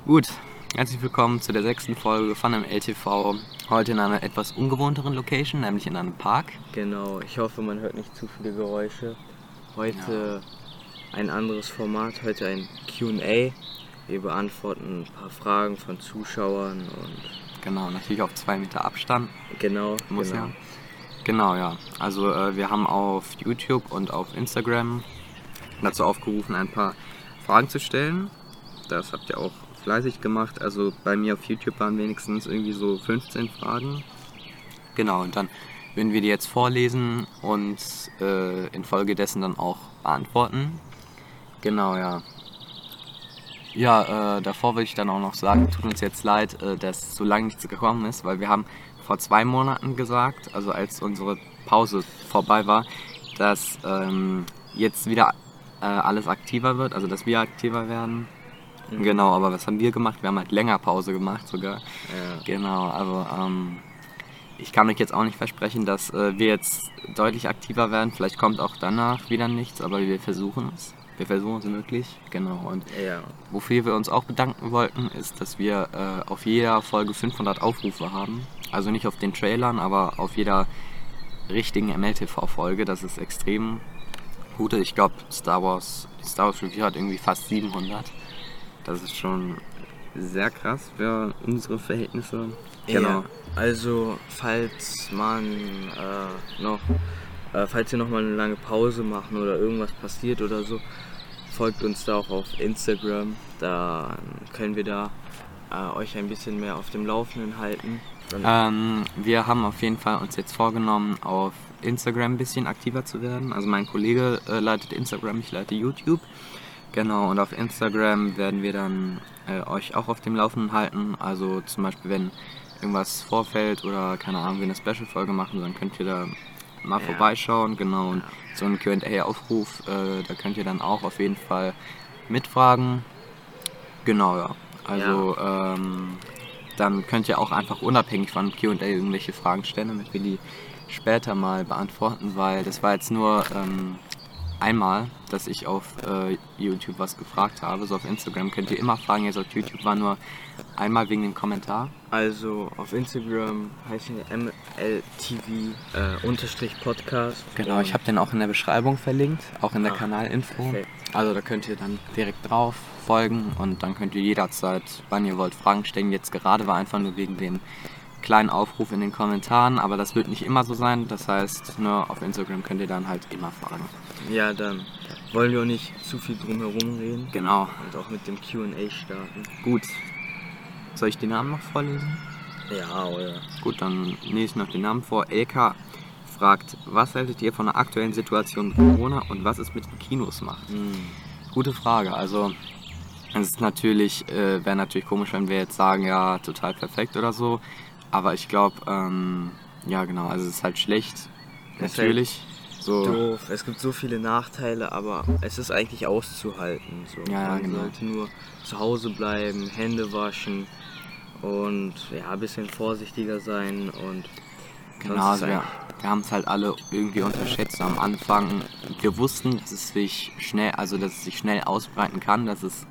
Gut, herzlich willkommen zu der 6. Folge von dem LTV. Heute in einer etwas ungewohnteren Location, nämlich in einem Park. Genau, ich hoffe, man hört nicht zu viele Geräusche. Heute ein anderes Format, heute ein Q&A. Wir beantworten ein paar Fragen von Zuschauern und... Genau, natürlich auf 2 Meter Abstand. Genau. Genau, ja. Also wir haben auf YouTube und auf Instagram dazu aufgerufen, ein paar Fragen zu stellen. Das habt ihr auch fleißig gemacht. Also bei mir auf YouTube waren wenigstens irgendwie so 15 Fragen. Genau, und dann würden wir die jetzt vorlesen und infolgedessen dann auch beantworten. Genau, ja. Ja, davor würde ich dann auch noch sagen, tut uns jetzt leid, dass so lange nichts gekommen ist, weil wir haben vor 2 Monaten gesagt, also als unsere Pause vorbei war, dass jetzt wieder alles aktiver wird, also dass wir aktiver werden. Genau, aber was haben wir gemacht? Wir haben halt länger Pause gemacht sogar. Ja. Genau, also ich kann euch jetzt auch nicht versprechen, dass wir jetzt deutlich aktiver werden. Vielleicht kommt auch danach wieder nichts, aber wir versuchen es. Wir versuchen es wirklich, genau. Und wofür wir uns auch bedanken wollten, ist, dass wir auf jeder Folge 500 Aufrufe haben. Also nicht auf den Trailern, aber auf jeder richtigen MLTV-Folge. Das ist extrem gut. Ich glaube, die Star Wars Review hat irgendwie fast 700. Das ist schon sehr krass für unsere Verhältnisse. Genau. Ja, also falls wir noch mal eine lange Pause machen oder irgendwas passiert oder so, folgt uns da auch auf Instagram. Da können wir da euch ein bisschen mehr auf dem Laufenden halten. Wir haben auf jeden Fall uns jetzt vorgenommen, auf Instagram ein bisschen aktiver zu werden. Also mein Kollege leitet Instagram, ich leite YouTube. Genau, und auf Instagram werden wir dann euch auch auf dem Laufenden halten. Also zum Beispiel, wenn irgendwas vorfällt oder keine Ahnung, wir eine Special-Folge machen, dann könnt ihr da mal vorbeischauen. Genau, und so ein Q&A-Aufruf, da könnt ihr dann auch auf jeden Fall mitfragen. Genau, ja. Also dann könnt ihr auch einfach unabhängig von Q&A irgendwelche Fragen stellen, damit wir die später mal beantworten, weil das war jetzt nur einmal, dass ich auf YouTube was gefragt habe. So auf Instagram könnt ihr immer fragen, jetzt auf YouTube war nur einmal wegen dem Kommentar. Also auf Instagram heißen wir MLTV_Podcast. Genau, ich habe den auch in der Beschreibung verlinkt, auch in der Kanalinfo. Perfekt. Also da könnt ihr dann direkt drauf folgen und dann könnt ihr jederzeit, wann ihr wollt, Fragen stellen. Jetzt gerade war einfach nur wegen dem kleinen Aufruf in den Kommentaren, aber das wird nicht immer so sein. Das heißt, nur auf Instagram könnt ihr dann halt immer fragen. Ja, dann wollen wir auch nicht zu viel drum herum reden. Genau. Und auch mit dem Q&A starten. Gut. Soll ich die Namen noch vorlesen? Ja, oder? Gut, dann lese ich noch den Namen vor. LK fragt, was haltet ihr von der aktuellen Situation mit Corona und was es mit den Kinos macht? Gute Frage. Also es ist natürlich, wäre natürlich komisch, wenn wir jetzt sagen, ja, total perfekt oder so. Aber ich glaube, ja genau, also es ist halt schlecht. Natürlich. So. Doof. Es gibt so viele Nachteile, aber es ist eigentlich auszuhalten. So. Ja, Man genau. sollte nur zu Hause bleiben, Hände waschen und ein bisschen vorsichtiger sein. Und genau, also wir haben es halt alle irgendwie unterschätzt am Anfang. Wir wussten, dass es sich schnell ausbreiten kann, dass es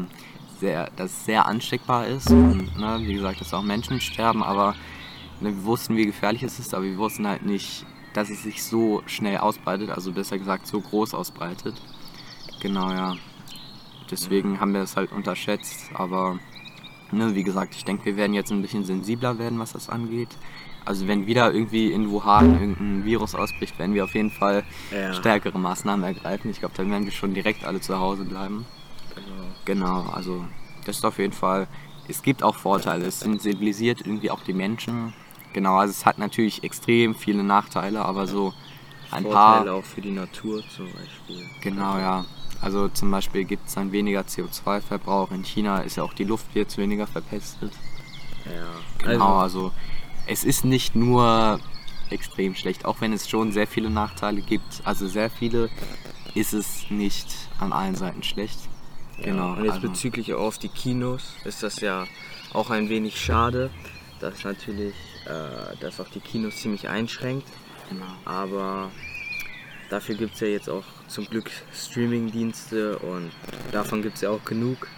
sehr ansteckbar ist und wie gesagt, dass auch Menschen sterben, aber wir wussten, wie gefährlich es ist, aber wir wussten halt nicht, dass es sich so schnell ausbreitet, also besser gesagt so groß ausbreitet. Genau, ja. Deswegen haben wir es halt unterschätzt, aber wie gesagt, ich denke, wir werden jetzt ein bisschen sensibler werden, was das angeht. Also wenn wieder irgendwie in Wuhan irgendein Virus ausbricht, werden wir auf jeden Fall stärkere Maßnahmen ergreifen. Ich glaube, dann werden wir schon direkt alle zu Hause bleiben. Genau, also das ist auf jeden Fall, es gibt auch Vorteile, es sensibilisiert irgendwie auch die Menschen. Genau, also es hat natürlich extrem viele Nachteile, aber so ein paar... Vorteile auch für die Natur zum Beispiel. Genau, ja. Also zum Beispiel gibt es dann weniger CO2-Verbrauch. In China ist ja auch die Luft jetzt weniger verpestet. Ja. Genau, also es ist nicht nur extrem schlecht, auch wenn es schon sehr viele Nachteile gibt. Also sehr viele ist es nicht an allen Seiten schlecht. Genau. Und jetzt bezüglich auf die Kinos ist das ja auch ein wenig schade, dass natürlich das auch die Kinos ziemlich einschränkt. Genau. Aber dafür gibt es ja jetzt auch zum Glück Streaming-Dienste und davon gibt es ja auch genug.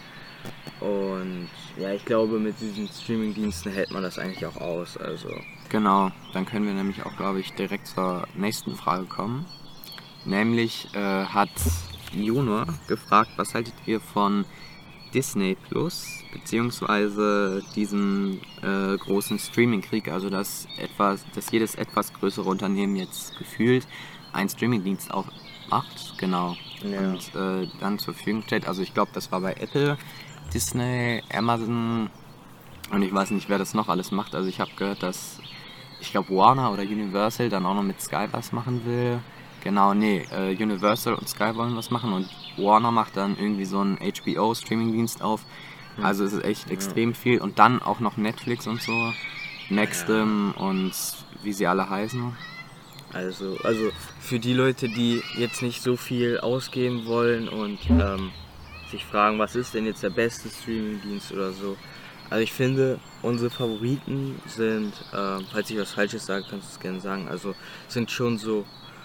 Und ja, ich glaube, mit diesen Streaming-Diensten hält man das eigentlich auch aus. Also Genau, dann können wir nämlich auch, glaube ich, direkt zur nächsten Frage kommen. Nämlich hat Junior gefragt, was haltet ihr von Disney Plus, beziehungsweise diesem großen Streaming-Krieg, also dass jedes etwas größere Unternehmen jetzt gefühlt einen Streaming-Dienst auch macht, genau, Ja. und dann zur Verfügung stellt. Also ich glaube, das war bei Apple, Disney, Amazon und ich weiß nicht, wer das noch alles macht. Also ich habe gehört, dass, ich glaube, Warner oder Universal dann auch noch mit Sky was machen will. Genau, Universal und Sky wollen was machen und Warner macht dann irgendwie so einen HBO-Streaming-Dienst auf. Also es ist echt extrem viel. Und dann auch noch Netflix und so, Maxdom und wie sie alle heißen. Also für die Leute, die jetzt nicht so viel ausgeben wollen und sich fragen, was ist denn jetzt der beste Streaming-Dienst oder so. Also ich finde, unsere Favoriten sind, falls ich was Falsches sage, kannst du es gerne sagen, also sind schon so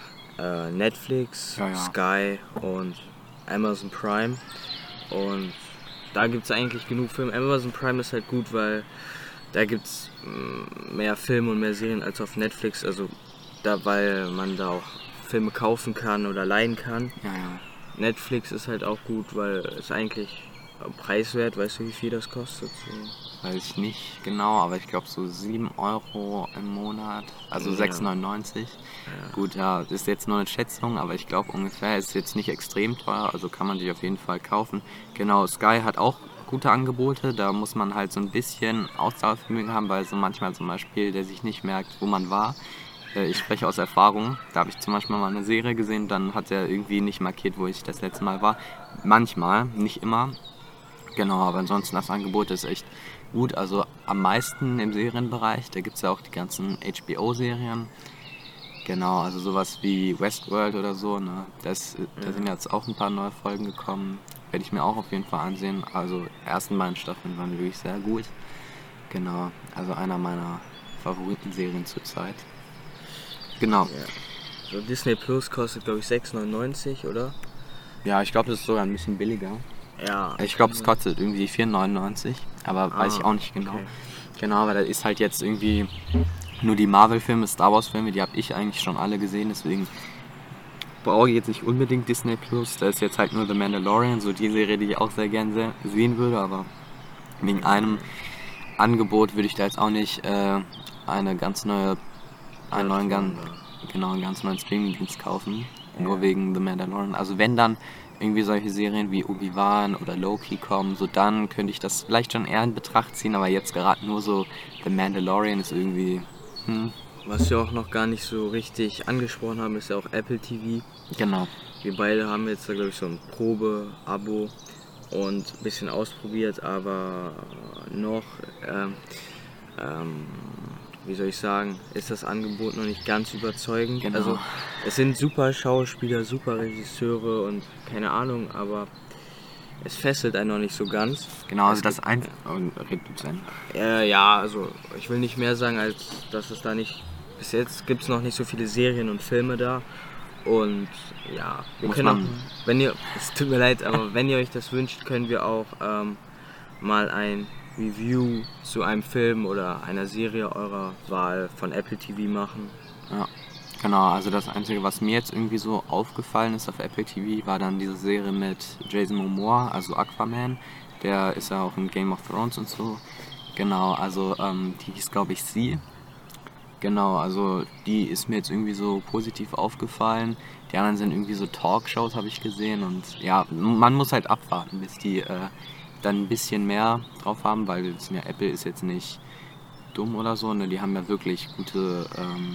Netflix, Ja. Sky und Amazon Prime. Und da gibt es eigentlich genug Filme. Amazon Prime ist halt gut, weil da gibt es mehr Filme und mehr Serien als auf Netflix. Also weil man da auch Filme kaufen kann oder leihen kann. Ja. Netflix ist halt auch gut, weil es eigentlich preiswert, weißt du, wie viel das kostet? So. Weiß ich nicht genau, aber ich glaube so 7 Euro im Monat, also Ja. 6,99. Ja. Gut, ja, ist jetzt nur eine Schätzung, aber ich glaube ungefähr ist jetzt nicht extrem teuer, also kann man sich auf jeden Fall kaufen. Genau, Sky hat auch gute Angebote, da muss man halt so ein bisschen Ausdauervermögen haben, weil so manchmal zum Beispiel der sich nicht merkt, wo man war. Ich spreche aus Erfahrung, da habe ich zum Beispiel mal eine Serie gesehen, dann hat er irgendwie nicht markiert, wo ich das letzte Mal war. Manchmal, nicht immer. Genau, aber ansonsten das Angebot ist echt gut. Also am meisten im Serienbereich, da gibt es ja auch die ganzen HBO-Serien. Genau, also sowas wie Westworld oder so, ne? Da sind jetzt auch ein paar neue Folgen gekommen. Werde ich mir auch auf jeden Fall ansehen. Also die ersten beiden Staffeln waren wirklich sehr gut. Genau, also einer meiner Favoritenserien zurzeit. Genau. Ja. So Disney Plus kostet, glaube ich, 6,99, oder? Ja, ich glaube, das ist sogar ein bisschen billiger. Ja. Ich glaube, es kostet irgendwie 4,99, aber weiß ich auch nicht genau. Okay. Genau, weil da ist halt jetzt irgendwie nur die Marvel-Filme, Star Wars-Filme, die habe ich eigentlich schon alle gesehen, deswegen brauche ich jetzt nicht unbedingt Disney Plus. Da ist jetzt halt nur The Mandalorian, so die Serie, die ich auch sehr gerne sehen würde, aber wegen einem Angebot würde ich da jetzt auch nicht einen ganz neuen Streaming-Dienst kaufen, nur wegen The Mandalorian. Also wenn dann irgendwie solche Serien wie Obi-Wan oder Loki kommen, so dann könnte ich das vielleicht schon eher in Betracht ziehen, aber jetzt gerade nur so The Mandalorian ist irgendwie... Was wir auch noch gar nicht so richtig angesprochen haben, ist ja auch Apple TV. Genau. Wir beide haben jetzt da, glaube ich, so ein Probe-Abo und ein bisschen ausprobiert, aber noch, wie soll ich sagen, ist das Angebot noch nicht ganz überzeugend. Genau. Also es sind super Schauspieler, super Regisseure und keine Ahnung, aber es fesselt einen noch nicht so ganz. Genau, also Es das gibt- ein... Red du zu Ende. Ja, also ich will nicht mehr sagen, als dass es da nicht... Bis jetzt gibt es noch nicht so viele Serien und Filme da. Und ja, wir Muss können auch, man- wenn ihr... Es tut mir leid, aber wenn ihr euch das wünscht, können wir auch mal ein Review zu einem Film oder einer Serie eurer Wahl von Apple TV machen. Ja, genau, also das Einzige, was mir jetzt irgendwie so aufgefallen ist auf Apple TV, war dann diese Serie mit Jason Momoa, also Aquaman. Der ist ja auch in Game of Thrones und so. Genau, also die hieß, glaube ich, Sie. Genau, also die ist mir jetzt irgendwie so positiv aufgefallen. Die anderen sind irgendwie so Talkshows, habe ich gesehen. Und ja, man muss halt abwarten, bis die dann ein bisschen mehr drauf haben, weil das Apple ist jetzt nicht dumm oder so. Ne? Die haben ja wirklich gute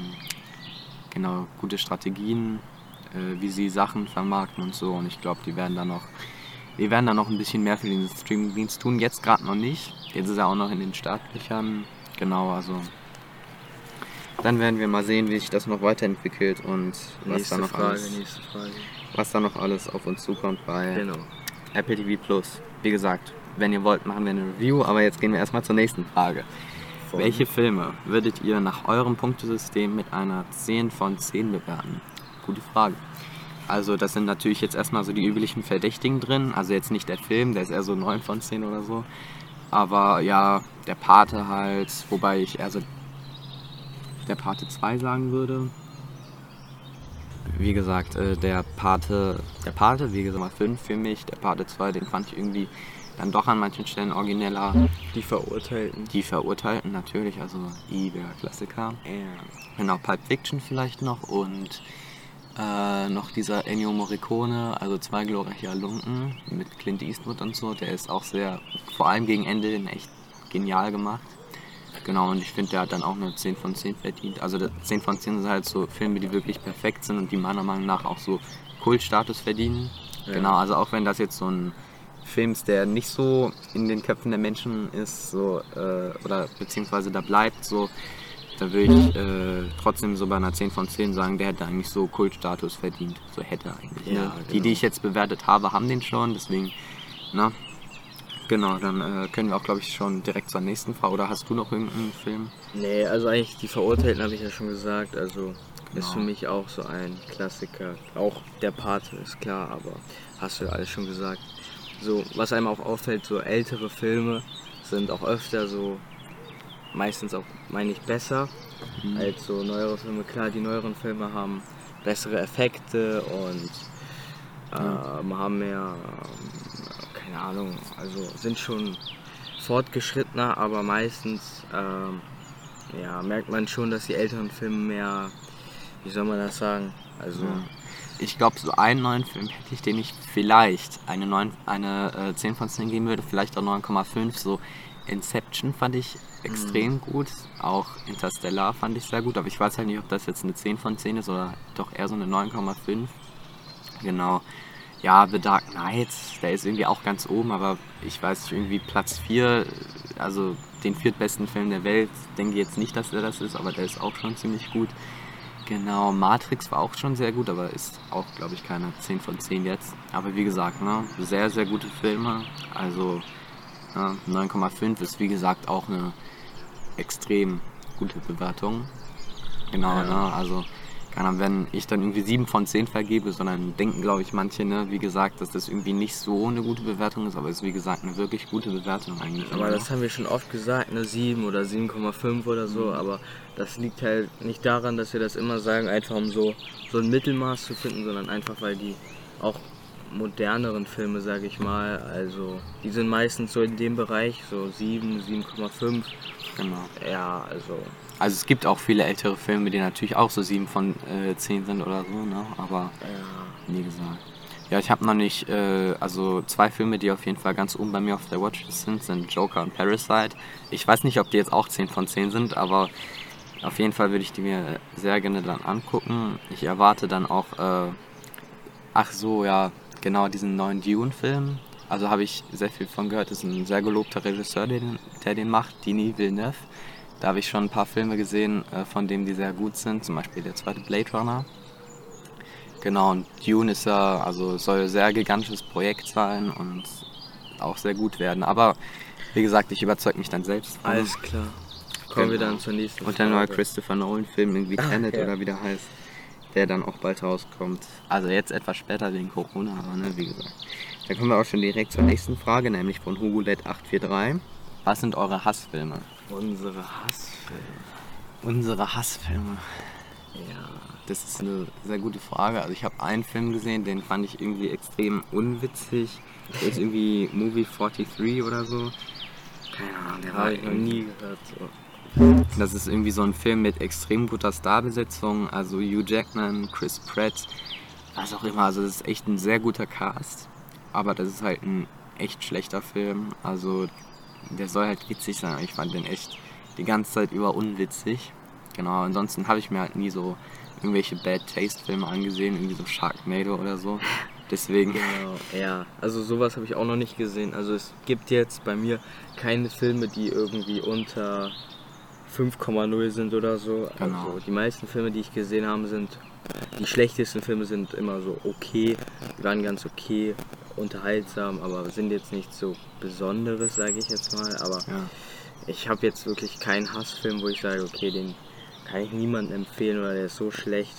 Strategien, wie sie Sachen vermarkten und so. Und ich glaube, wir werden da noch ein bisschen mehr für den Streaming-Dienst tun. Jetzt gerade noch nicht. Jetzt ist er auch noch in den Startlöchern. Genau, also dann werden wir mal sehen, wie sich das noch weiterentwickelt und was da noch alles auf uns zukommt bei Genau. Apple TV Plus. Wie gesagt, wenn ihr wollt, machen wir eine Review, aber jetzt gehen wir erstmal zur nächsten Frage. Welche Filme würdet ihr nach eurem Punktesystem mit einer 10 von 10 bewerten? Gute Frage. Also das sind natürlich jetzt erstmal so die üblichen Verdächtigen drin. Also jetzt nicht der Film, der ist eher so 9 von 10 oder so. Aber ja, der Pate halt, wobei ich eher so der Pate 2 sagen würde. Wie gesagt, der Pate, wie gesagt, mal 5 für mich. Der Pate 2, den fand ich irgendwie dann doch an manchen Stellen origineller. Die Verurteilten. Die Verurteilten natürlich, also der Klassiker. Genau, Pulp Fiction vielleicht noch und noch dieser Ennio Morricone, also 2 glorreiche Lunken mit Clint Eastwood und so. Der ist auch sehr, vor allem gegen Ende hin, echt genial gemacht. Genau, und ich finde, der hat dann auch eine 10 von 10 verdient. Also 10 von 10 sind halt so Filme, die wirklich perfekt sind und die meiner Meinung nach auch so Kultstatus verdienen. Ja. Genau, also auch wenn das jetzt so ein Film ist, der nicht so in den Köpfen der Menschen ist, so, oder beziehungsweise da bleibt, so, da würde ich trotzdem so bei einer 10 von 10 sagen, der hätte eigentlich so Kultstatus verdient. So hätte eigentlich. Ja, ne? Genau. Die ich jetzt bewertet habe, haben den schon, deswegen, ne? Genau, dann können wir auch, glaube ich, schon direkt zur nächsten Frage. Oder hast du noch irgendeinen Film? Nee, also eigentlich die Verurteilten habe ich ja schon gesagt. Also ist für mich auch so ein Klassiker. Auch der Pate ist klar, aber hast du ja alles schon gesagt. So, was einem auch auffällt, so ältere Filme sind auch öfter so, meistens auch, meine ich, besser als so neuere Filme. Klar, die neueren Filme haben bessere Effekte und haben mehr... keine Ahnung, also sind schon fortgeschrittener, aber meistens merkt man schon, dass die älteren Filme mehr, wie soll man das sagen, also... Ich glaube, so einen neuen Film hätte ich, den ich vielleicht eine 10 von 10 geben würde, vielleicht auch 9,5, so Inception fand ich extrem gut, auch Interstellar fand ich sehr gut, aber ich weiß halt nicht, ob das jetzt eine 10 von 10 ist oder doch eher so eine 9,5, genau. Ja, The Dark Knight, der ist irgendwie auch ganz oben, aber ich weiß nicht, irgendwie Platz 4, also den viertbesten Film der Welt, denke ich jetzt nicht, dass der das ist, aber der ist auch schon ziemlich gut. Genau, Matrix war auch schon sehr gut, aber ist auch, glaube ich, keine 10 von 10 jetzt. Aber wie gesagt, ne, sehr, sehr gute Filme, also 9,5 ist wie gesagt auch eine extrem gute Bewertung. Genau, ja. Ne, also... wenn ich dann irgendwie 7 von 10 vergebe, sondern denken, glaube ich, manche, ne, wie gesagt, dass das irgendwie nicht so eine gute Bewertung ist, aber es ist, wie gesagt, eine wirklich gute Bewertung eigentlich. Aber das haben wir schon oft gesagt, eine 7 oder 7,5 oder so, aber das liegt halt nicht daran, dass wir das immer sagen, einfach um so ein Mittelmaß zu finden, sondern einfach, weil die auch moderneren Filme, sage ich mal, also die sind meistens so in dem Bereich, so 7, 7,5. Genau. Ja, also... Also es gibt auch viele ältere Filme, die natürlich auch so 7 von 10 sind oder so, ne? Aber wie gesagt. Ja, ich habe noch nicht, also 2 Filme, die auf jeden Fall ganz oben bei mir auf der Watchlist sind Joker und Parasite. Ich weiß nicht, ob die jetzt auch 10 von 10 sind, aber auf jeden Fall würde ich die mir sehr gerne dann angucken. Ich erwarte dann auch, diesen neuen Dune-Film. Also habe ich sehr viel von gehört, das ist ein sehr gelobter Regisseur, der den macht, Denis Villeneuve. Da habe ich schon ein paar Filme gesehen, von denen die sehr gut sind, zum Beispiel der zweite Blade Runner. Genau, und Dune ist soll ein sehr gigantisches Projekt sein und auch sehr gut werden. Aber wie gesagt, ich überzeuge mich dann selbst. Alles klar. Kommen wir dann zur nächsten Frage. Und der neue Christopher Nolan-Film, irgendwie Tenet oder wie der heißt, der dann auch bald rauskommt. Also jetzt etwas später wegen Corona, aber ne, wie gesagt. Dann kommen wir auch schon direkt zur nächsten Frage, nämlich von HugoLed843. Was sind eure Hassfilme? Unsere Hassfilme. Unsere Hassfilme. Ja. Das ist eine sehr gute Frage. Also ich habe einen Film gesehen, den fand ich irgendwie extrem unwitzig. Der ist irgendwie Movie 43 oder so. Keine Ahnung, der habe ich noch nie gehört. So. Das ist irgendwie so ein Film mit extrem guter Starbesetzung. Also Hugh Jackman, Chris Pratt, was auch immer. Also das ist echt ein sehr guter Cast. Aber das ist halt ein echt schlechter Film. Also der soll halt witzig sein, aber ich fand den echt die ganze Zeit über unwitzig. Genau, ansonsten habe ich mir halt nie so irgendwelche Bad Taste Filme angesehen, irgendwie so Sharknado oder so. Deswegen. Genau, ja. Also sowas habe ich auch noch nicht gesehen. Also es gibt jetzt bei mir keine Filme, die irgendwie unter 5,0 sind oder so. Genau. Also die meisten Filme, die ich gesehen habe, die schlechtesten Filme sind immer so okay, die waren ganz okay, unterhaltsam, aber sind jetzt nicht so Besonderes, sage ich jetzt mal. Aber ich habe jetzt wirklich keinen Hassfilm, wo ich sage, okay, den kann ich niemandem empfehlen oder der ist so schlecht.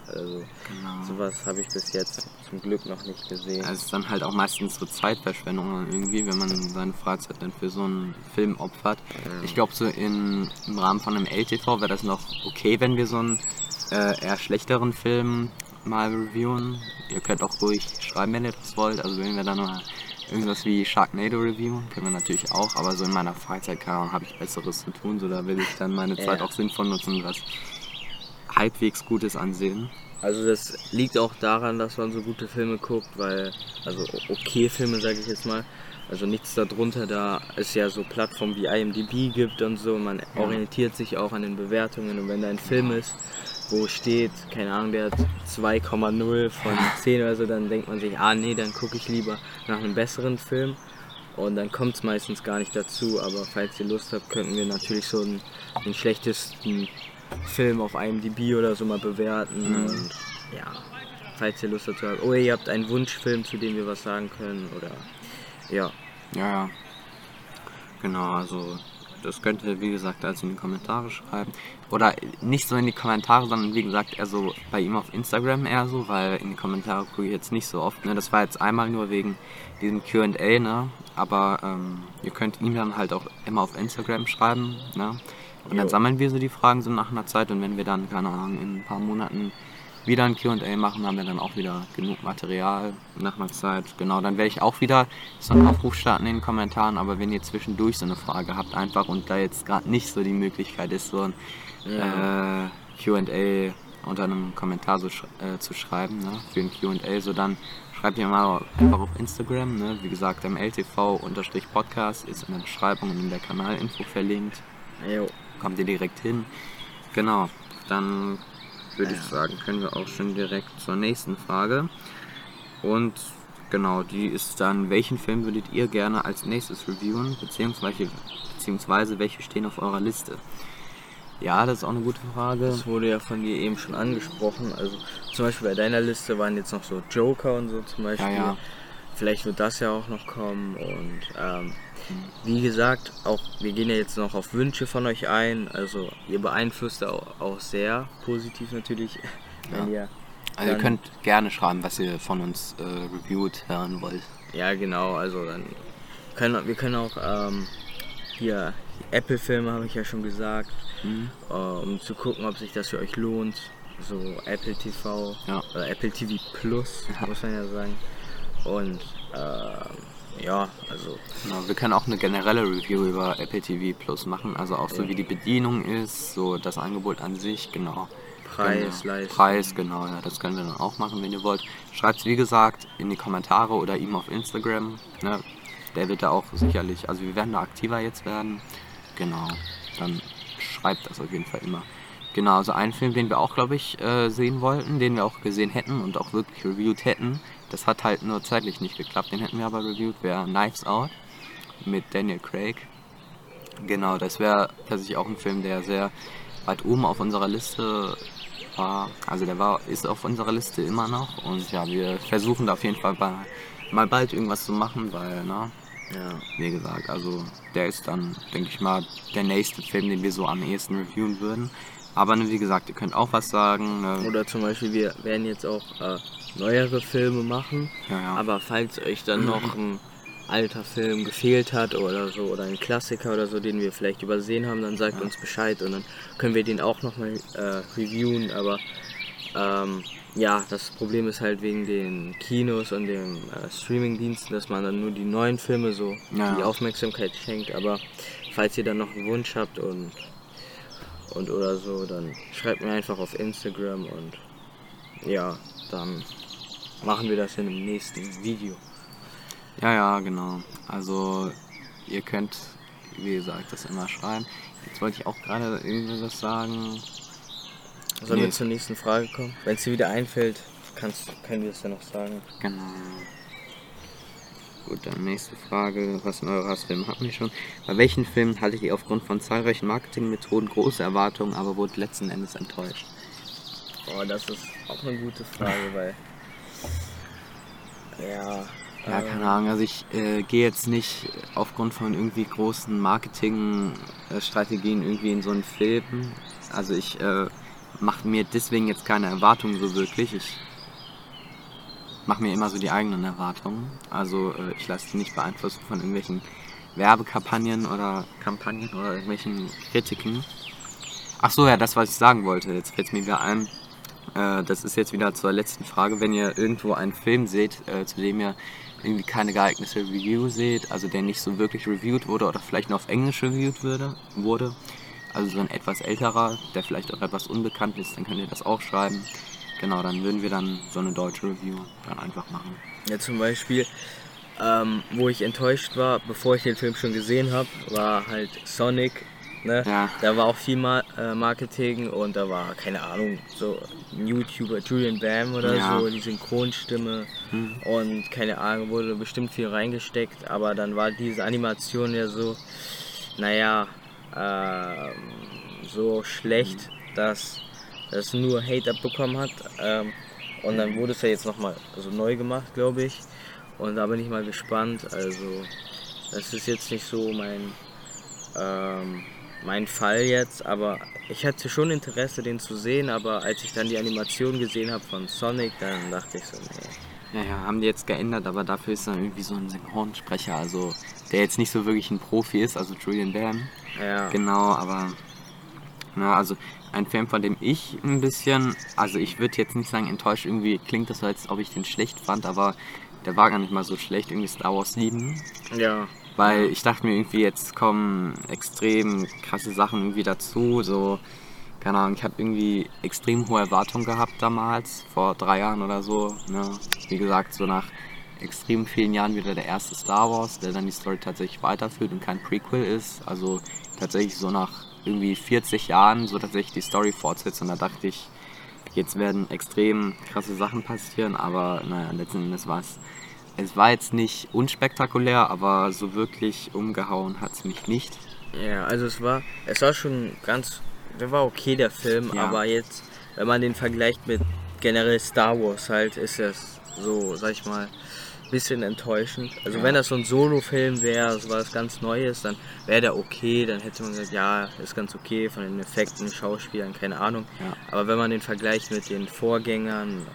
Also Genau. sowas habe ich bis jetzt zum Glück noch nicht gesehen. Es ist dann halt auch meistens so Zeitverschwendung dann irgendwie, wenn man seine Freizeit dann für so einen Film opfert. Ich glaube, so im Rahmen von einem LTV wäre das noch okay, wenn wir so einen eher schlechteren Film mal reviewen. Ihr könnt auch ruhig schreiben, wenn ihr das wollt. Also wenn wir dann mal irgendwas wie Sharknado reviewen, können wir natürlich auch. Aber so in meiner Freizeit habe ich Besseres zu tun. So da will ich dann meine Zeit auch sinnvoll nutzen und was halbwegs Gutes ansehen. Also das liegt auch daran, dass man so gute Filme guckt, weil, also okay Filme sage ich jetzt mal, also nichts darunter, da es ja so Plattformen wie IMDb gibt und so, man orientiert sich auch an den Bewertungen und wenn da ein Film ist, wo steht, keine Ahnung, der hat 2,0 von 10 oder so, dann denkt man sich, nee, dann gucke ich lieber nach einem besseren Film und dann kommt es meistens gar nicht dazu, aber falls ihr Lust habt, könnten wir natürlich so den schlechtesten Film auf IMDb oder so mal bewerten und ja, falls ihr Lust dazu habt, ihr habt einen Wunschfilm, zu dem wir was sagen können oder ja. Ja, genau, also das könnt ihr wie gesagt alles in die Kommentare schreiben oder nicht so in die Kommentare, sondern wie gesagt eher so bei ihm auf Instagram eher so, weil in die Kommentare gucke ich jetzt nicht so oft, ne? Das war jetzt einmal nur wegen diesem Q&A, ne? Aber ihr könnt ihm dann halt auch immer auf Instagram schreiben, ne? Und dann sammeln wir so die Fragen so nach einer Zeit und wenn wir dann, keine Ahnung, in ein paar Monaten wieder ein Q&A machen, haben wir dann auch wieder genug Material nach einer Zeit. Genau, dann werde ich auch wieder so einen Aufruf starten in den Kommentaren, aber wenn ihr zwischendurch so eine Frage habt einfach und da jetzt gerade nicht so die Möglichkeit ist, so ein Q&A unter einem Kommentar so zu schreiben, ne, für ein Q&A, so dann schreibt ihr mal einfach auf Instagram, ne, wie gesagt, MLTV_Podcast ist in der Beschreibung und in der Kanalinfo verlinkt. Jo. Kommt ihr direkt hin. Genau, dann würde ich sagen, können wir auch schon direkt zur nächsten Frage. Und genau, die ist dann, welchen Film würdet ihr gerne als nächstes reviewen, beziehungsweise welche stehen auf eurer Liste? Ja, das ist auch eine gute Frage. Das wurde ja von dir eben schon angesprochen. Also zum Beispiel bei deiner Liste waren jetzt noch so Joker und so zum Beispiel. Ja. Vielleicht wird das ja auch noch kommen und wie gesagt, auch wir gehen ja jetzt noch auf Wünsche von euch ein. Also ihr beeinflusst auch sehr positiv natürlich, wenn ihr. Also ihr könnt gerne schreiben, was ihr von uns reviewed hören wollt. Ja genau, also dann wir können auch hier Apple-Filme habe ich ja schon gesagt, um zu gucken, ob sich das für euch lohnt. So Apple TV oder Apple TV Plus, muss man ja sagen. Und also. Genau, wir können auch eine generelle Review über Apple TV Plus machen, also auch so wie die Bedienung ist, so das Angebot an sich, genau. Preis, genau, ja, das können wir dann auch machen, wenn ihr wollt. Schreibt es wie gesagt in die Kommentare oder ihm auf Instagram, ne? Der wird da auch sicherlich, also wir werden da aktiver jetzt werden, genau, dann schreibt das auf jeden Fall immer. Genau, also ein Film, den wir auch, glaube ich, sehen wollten, den wir auch gesehen hätten und auch wirklich reviewed hätten, das hat halt nur zeitlich nicht geklappt, den hätten wir aber reviewed, wäre Knives Out mit Daniel Craig. Genau, das wäre tatsächlich auch ein Film, der sehr weit oben auf unserer Liste war, also ist auf unserer Liste immer noch und ja, wir versuchen da auf jeden Fall mal bald irgendwas zu machen, weil, wie gesagt, also der ist dann, denke ich mal, der nächste Film, den wir so am ehesten reviewen würden. Aber wie gesagt, ihr könnt auch was sagen. Ne? Oder zum Beispiel, wir werden jetzt auch neuere Filme machen, aber falls euch dann noch ein alter Film gefehlt hat oder so, oder ein Klassiker oder so, den wir vielleicht übersehen haben, dann sagt uns Bescheid und dann können wir den auch nochmal reviewen, aber das Problem ist halt wegen den Kinos und den Streamingdiensten, dass man dann nur die neuen Filme so die Aufmerksamkeit schenkt, aber falls ihr dann noch einen Wunsch habt und oder so, dann schreibt mir einfach auf Instagram und dann machen wir das in dem nächsten Video. Ja, genau. Also ihr könnt, wie gesagt, das immer schreiben. Jetzt wollte ich auch gerade irgendwie was sagen. Sollen wir zur nächsten Frage kommen? Wenn es dir wieder einfällt, können wir es ja noch sagen. Genau. Gut, dann nächste Frage. Was in eurer Hassfilme hatten wir schon. Bei welchen Filmen hattet ihr aufgrund von zahlreichen Marketingmethoden große Erwartungen, aber wurde letzten Endes enttäuscht? Das ist auch eine gute Frage, weil keine Ahnung, also ich gehe jetzt nicht aufgrund von irgendwie großen Marketingstrategien irgendwie in so einen Film. Also ich mache mir deswegen jetzt keine Erwartungen so wirklich. Ich mache mir immer so die eigenen Erwartungen. Also ich lasse die nicht beeinflussen von irgendwelchen Werbekampagnen oder irgendwelchen Kritiken. Ach so, ja, das, was ich sagen wollte. Jetzt fällt es mir wieder ein. Das ist jetzt wieder zur letzten Frage. Wenn ihr irgendwo einen Film seht, zu dem ihr irgendwie keine geeignete Review seht, also der nicht so wirklich reviewed wurde oder vielleicht nur auf Englisch reviewed wurde, also so ein etwas älterer, der vielleicht auch etwas unbekannt ist, dann könnt ihr das auch schreiben. Genau, dann würden wir dann so eine deutsche Review dann einfach machen. Ja, zum Beispiel, wo ich enttäuscht war, bevor ich den Film schon gesehen habe, war halt Sonic. Ne? Ja. Da war auch viel Marketing und da war, keine Ahnung, so ein YouTuber, Julian Bam oder so, die Synchronstimme und keine Ahnung, wurde bestimmt viel reingesteckt, aber dann war diese Animation ja so, naja, so schlecht, dass das nur Hate abbekommen hat und dann wurde es ja jetzt nochmal neu gemacht, glaube ich, und da bin ich mal gespannt, also das ist jetzt nicht so mein Fall jetzt, aber ich hatte schon Interesse, den zu sehen, aber als ich dann die Animation gesehen habe von Sonic, dann dachte ich so, nee. Ja, haben die jetzt geändert, aber dafür ist dann irgendwie so ein Synchronsprecher, also der jetzt nicht so wirklich ein Profi ist, also Julian Bam. Ja. Genau, aber also ein Film, von dem ich ein bisschen, also ich würde jetzt nicht sagen enttäuscht, irgendwie klingt das so, als ob ich den schlecht fand, aber der war gar nicht mal so schlecht, irgendwie Star Wars 7. Ja. Weil ich dachte mir irgendwie, jetzt kommen extrem krasse Sachen irgendwie dazu, so, keine Ahnung, ich habe irgendwie extrem hohe Erwartungen gehabt damals, vor 3 Jahren oder so, ne? Wie gesagt, so nach extrem vielen Jahren wieder der erste Star Wars, der dann die Story tatsächlich weiterführt und kein Prequel ist, also tatsächlich so nach irgendwie 40 Jahren so tatsächlich die Story fortsetzt und da dachte ich, jetzt werden extrem krasse Sachen passieren, aber naja, letzten Endes es war jetzt nicht unspektakulär, aber so wirklich umgehauen hat es mich nicht. Ja, also es war schon der war okay, der Film, Ja. aber jetzt, wenn man den vergleicht mit generell Star Wars halt, ist das so, sag ich mal, ein bisschen enttäuschend. Also wenn das so ein Solo-Film wäre, so was ganz Neues, dann wäre der okay, dann hätte man gesagt, ja, ist ganz okay, von den Effekten, Schauspielern, keine Ahnung. Ja. Aber wenn man den vergleicht mit den Vorgängern,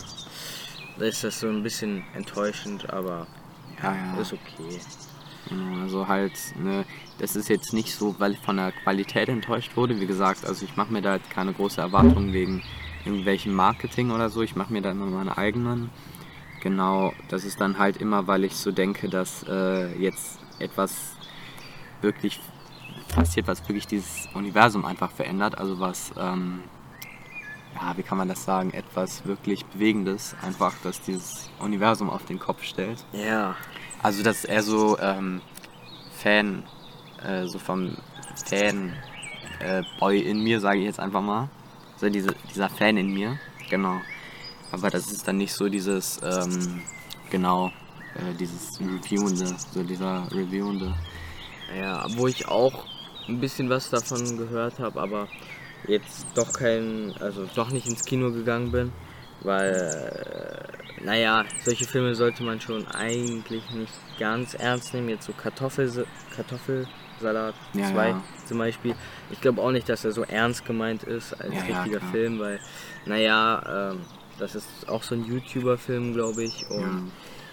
da ist das so ein bisschen enttäuschend, aber Ja. ist okay. Genau, also halt, ne, das ist jetzt nicht so, weil ich von der Qualität enttäuscht wurde. Wie gesagt, also ich mache mir da jetzt keine große Erwartung wegen irgendwelchem Marketing oder so. Ich mache mir da immer meine eigenen. Genau, das ist dann halt immer, weil ich so denke, dass jetzt etwas wirklich passiert, was wirklich dieses Universum einfach verändert. Also was, wie kann man das sagen, etwas wirklich Bewegendes, einfach, dass dieses Universum auf den Kopf stellt. Ja. Also das ist eher so Fan, so vom Fanboy in mir, sage ich jetzt einfach mal. So dieser Fan in mir, genau. Aber das ist dann nicht so dieses, dieses Reviewende, so dieser Reviewende. Ja, wo ich auch ein bisschen was davon gehört habe, aber jetzt doch doch nicht ins Kino gegangen bin, weil, solche Filme sollte man schon eigentlich nicht ganz ernst nehmen. Jetzt so Kartoffelsalat 2 zum Beispiel. Ich glaube auch nicht, dass er so ernst gemeint ist als richtiger Film, weil, das ist auch so ein YouTuber-Film, glaube ich. Und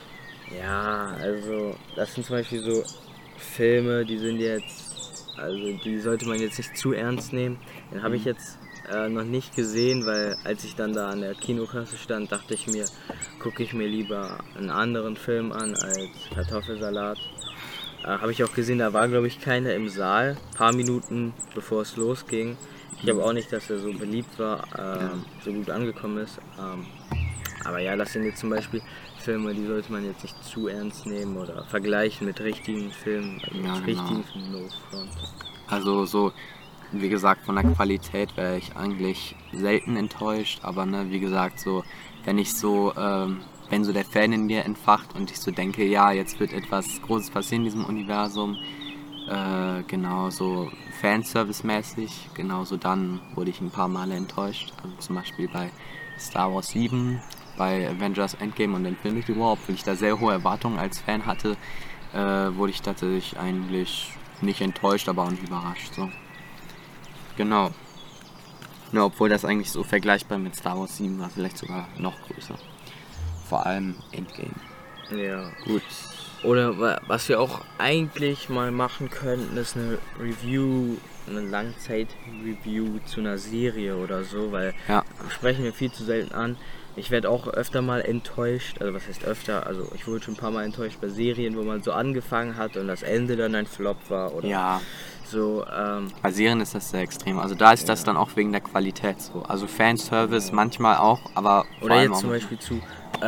also das sind zum Beispiel so Filme, die sind jetzt, also die sollte man jetzt nicht zu ernst nehmen. Den habe ich jetzt noch nicht gesehen, weil als ich dann da an der Kinokasse stand, dachte ich mir, gucke ich mir lieber einen anderen Film an als Kartoffelsalat. Habe ich auch gesehen, da war glaube ich keiner im Saal, ein paar Minuten bevor es losging. Ich glaube auch nicht, dass er so beliebt war, so gut angekommen ist. Aber ja, das sind jetzt zum Beispiel Filme, die sollte man jetzt nicht zu ernst nehmen oder vergleichen mit richtigen Filmen, mit richtigen Filmen. No Front. Also so, wie gesagt, von der Qualität wäre ich eigentlich selten enttäuscht, aber ne, wie gesagt, so, wenn so der Fan in mir entfacht und ich so denke, ja, jetzt wird etwas Großes passieren in diesem Universum, genau, so Fanservice-mäßig, genauso dann wurde ich ein paar Male enttäuscht, also zum Beispiel bei Star Wars 7, bei Avengers Endgame und Infinity War, obwohl ich da sehr hohe Erwartungen als Fan hatte, wurde ich tatsächlich eigentlich nicht enttäuscht, aber auch nicht überrascht, so. Genau. Ja, obwohl das eigentlich so vergleichbar mit Star Wars 7 war, vielleicht sogar noch größer. Vor allem Endgame. Ja. Gut. Oder was wir auch eigentlich mal machen könnten, ist eine Review, eine Langzeit-Review zu einer Serie oder so, weil sprechen wir viel zu selten an. Ich werde auch öfter mal enttäuscht, also was heißt öfter, also ich wurde schon ein paar Mal enttäuscht bei Serien, wo man so angefangen hat und das Ende dann ein Flop war oder so. Bei Serien ist das sehr extrem, also da ist das dann auch wegen der Qualität so, also Fanservice manchmal auch, aber vor oder allem jetzt auch zum Beispiel zu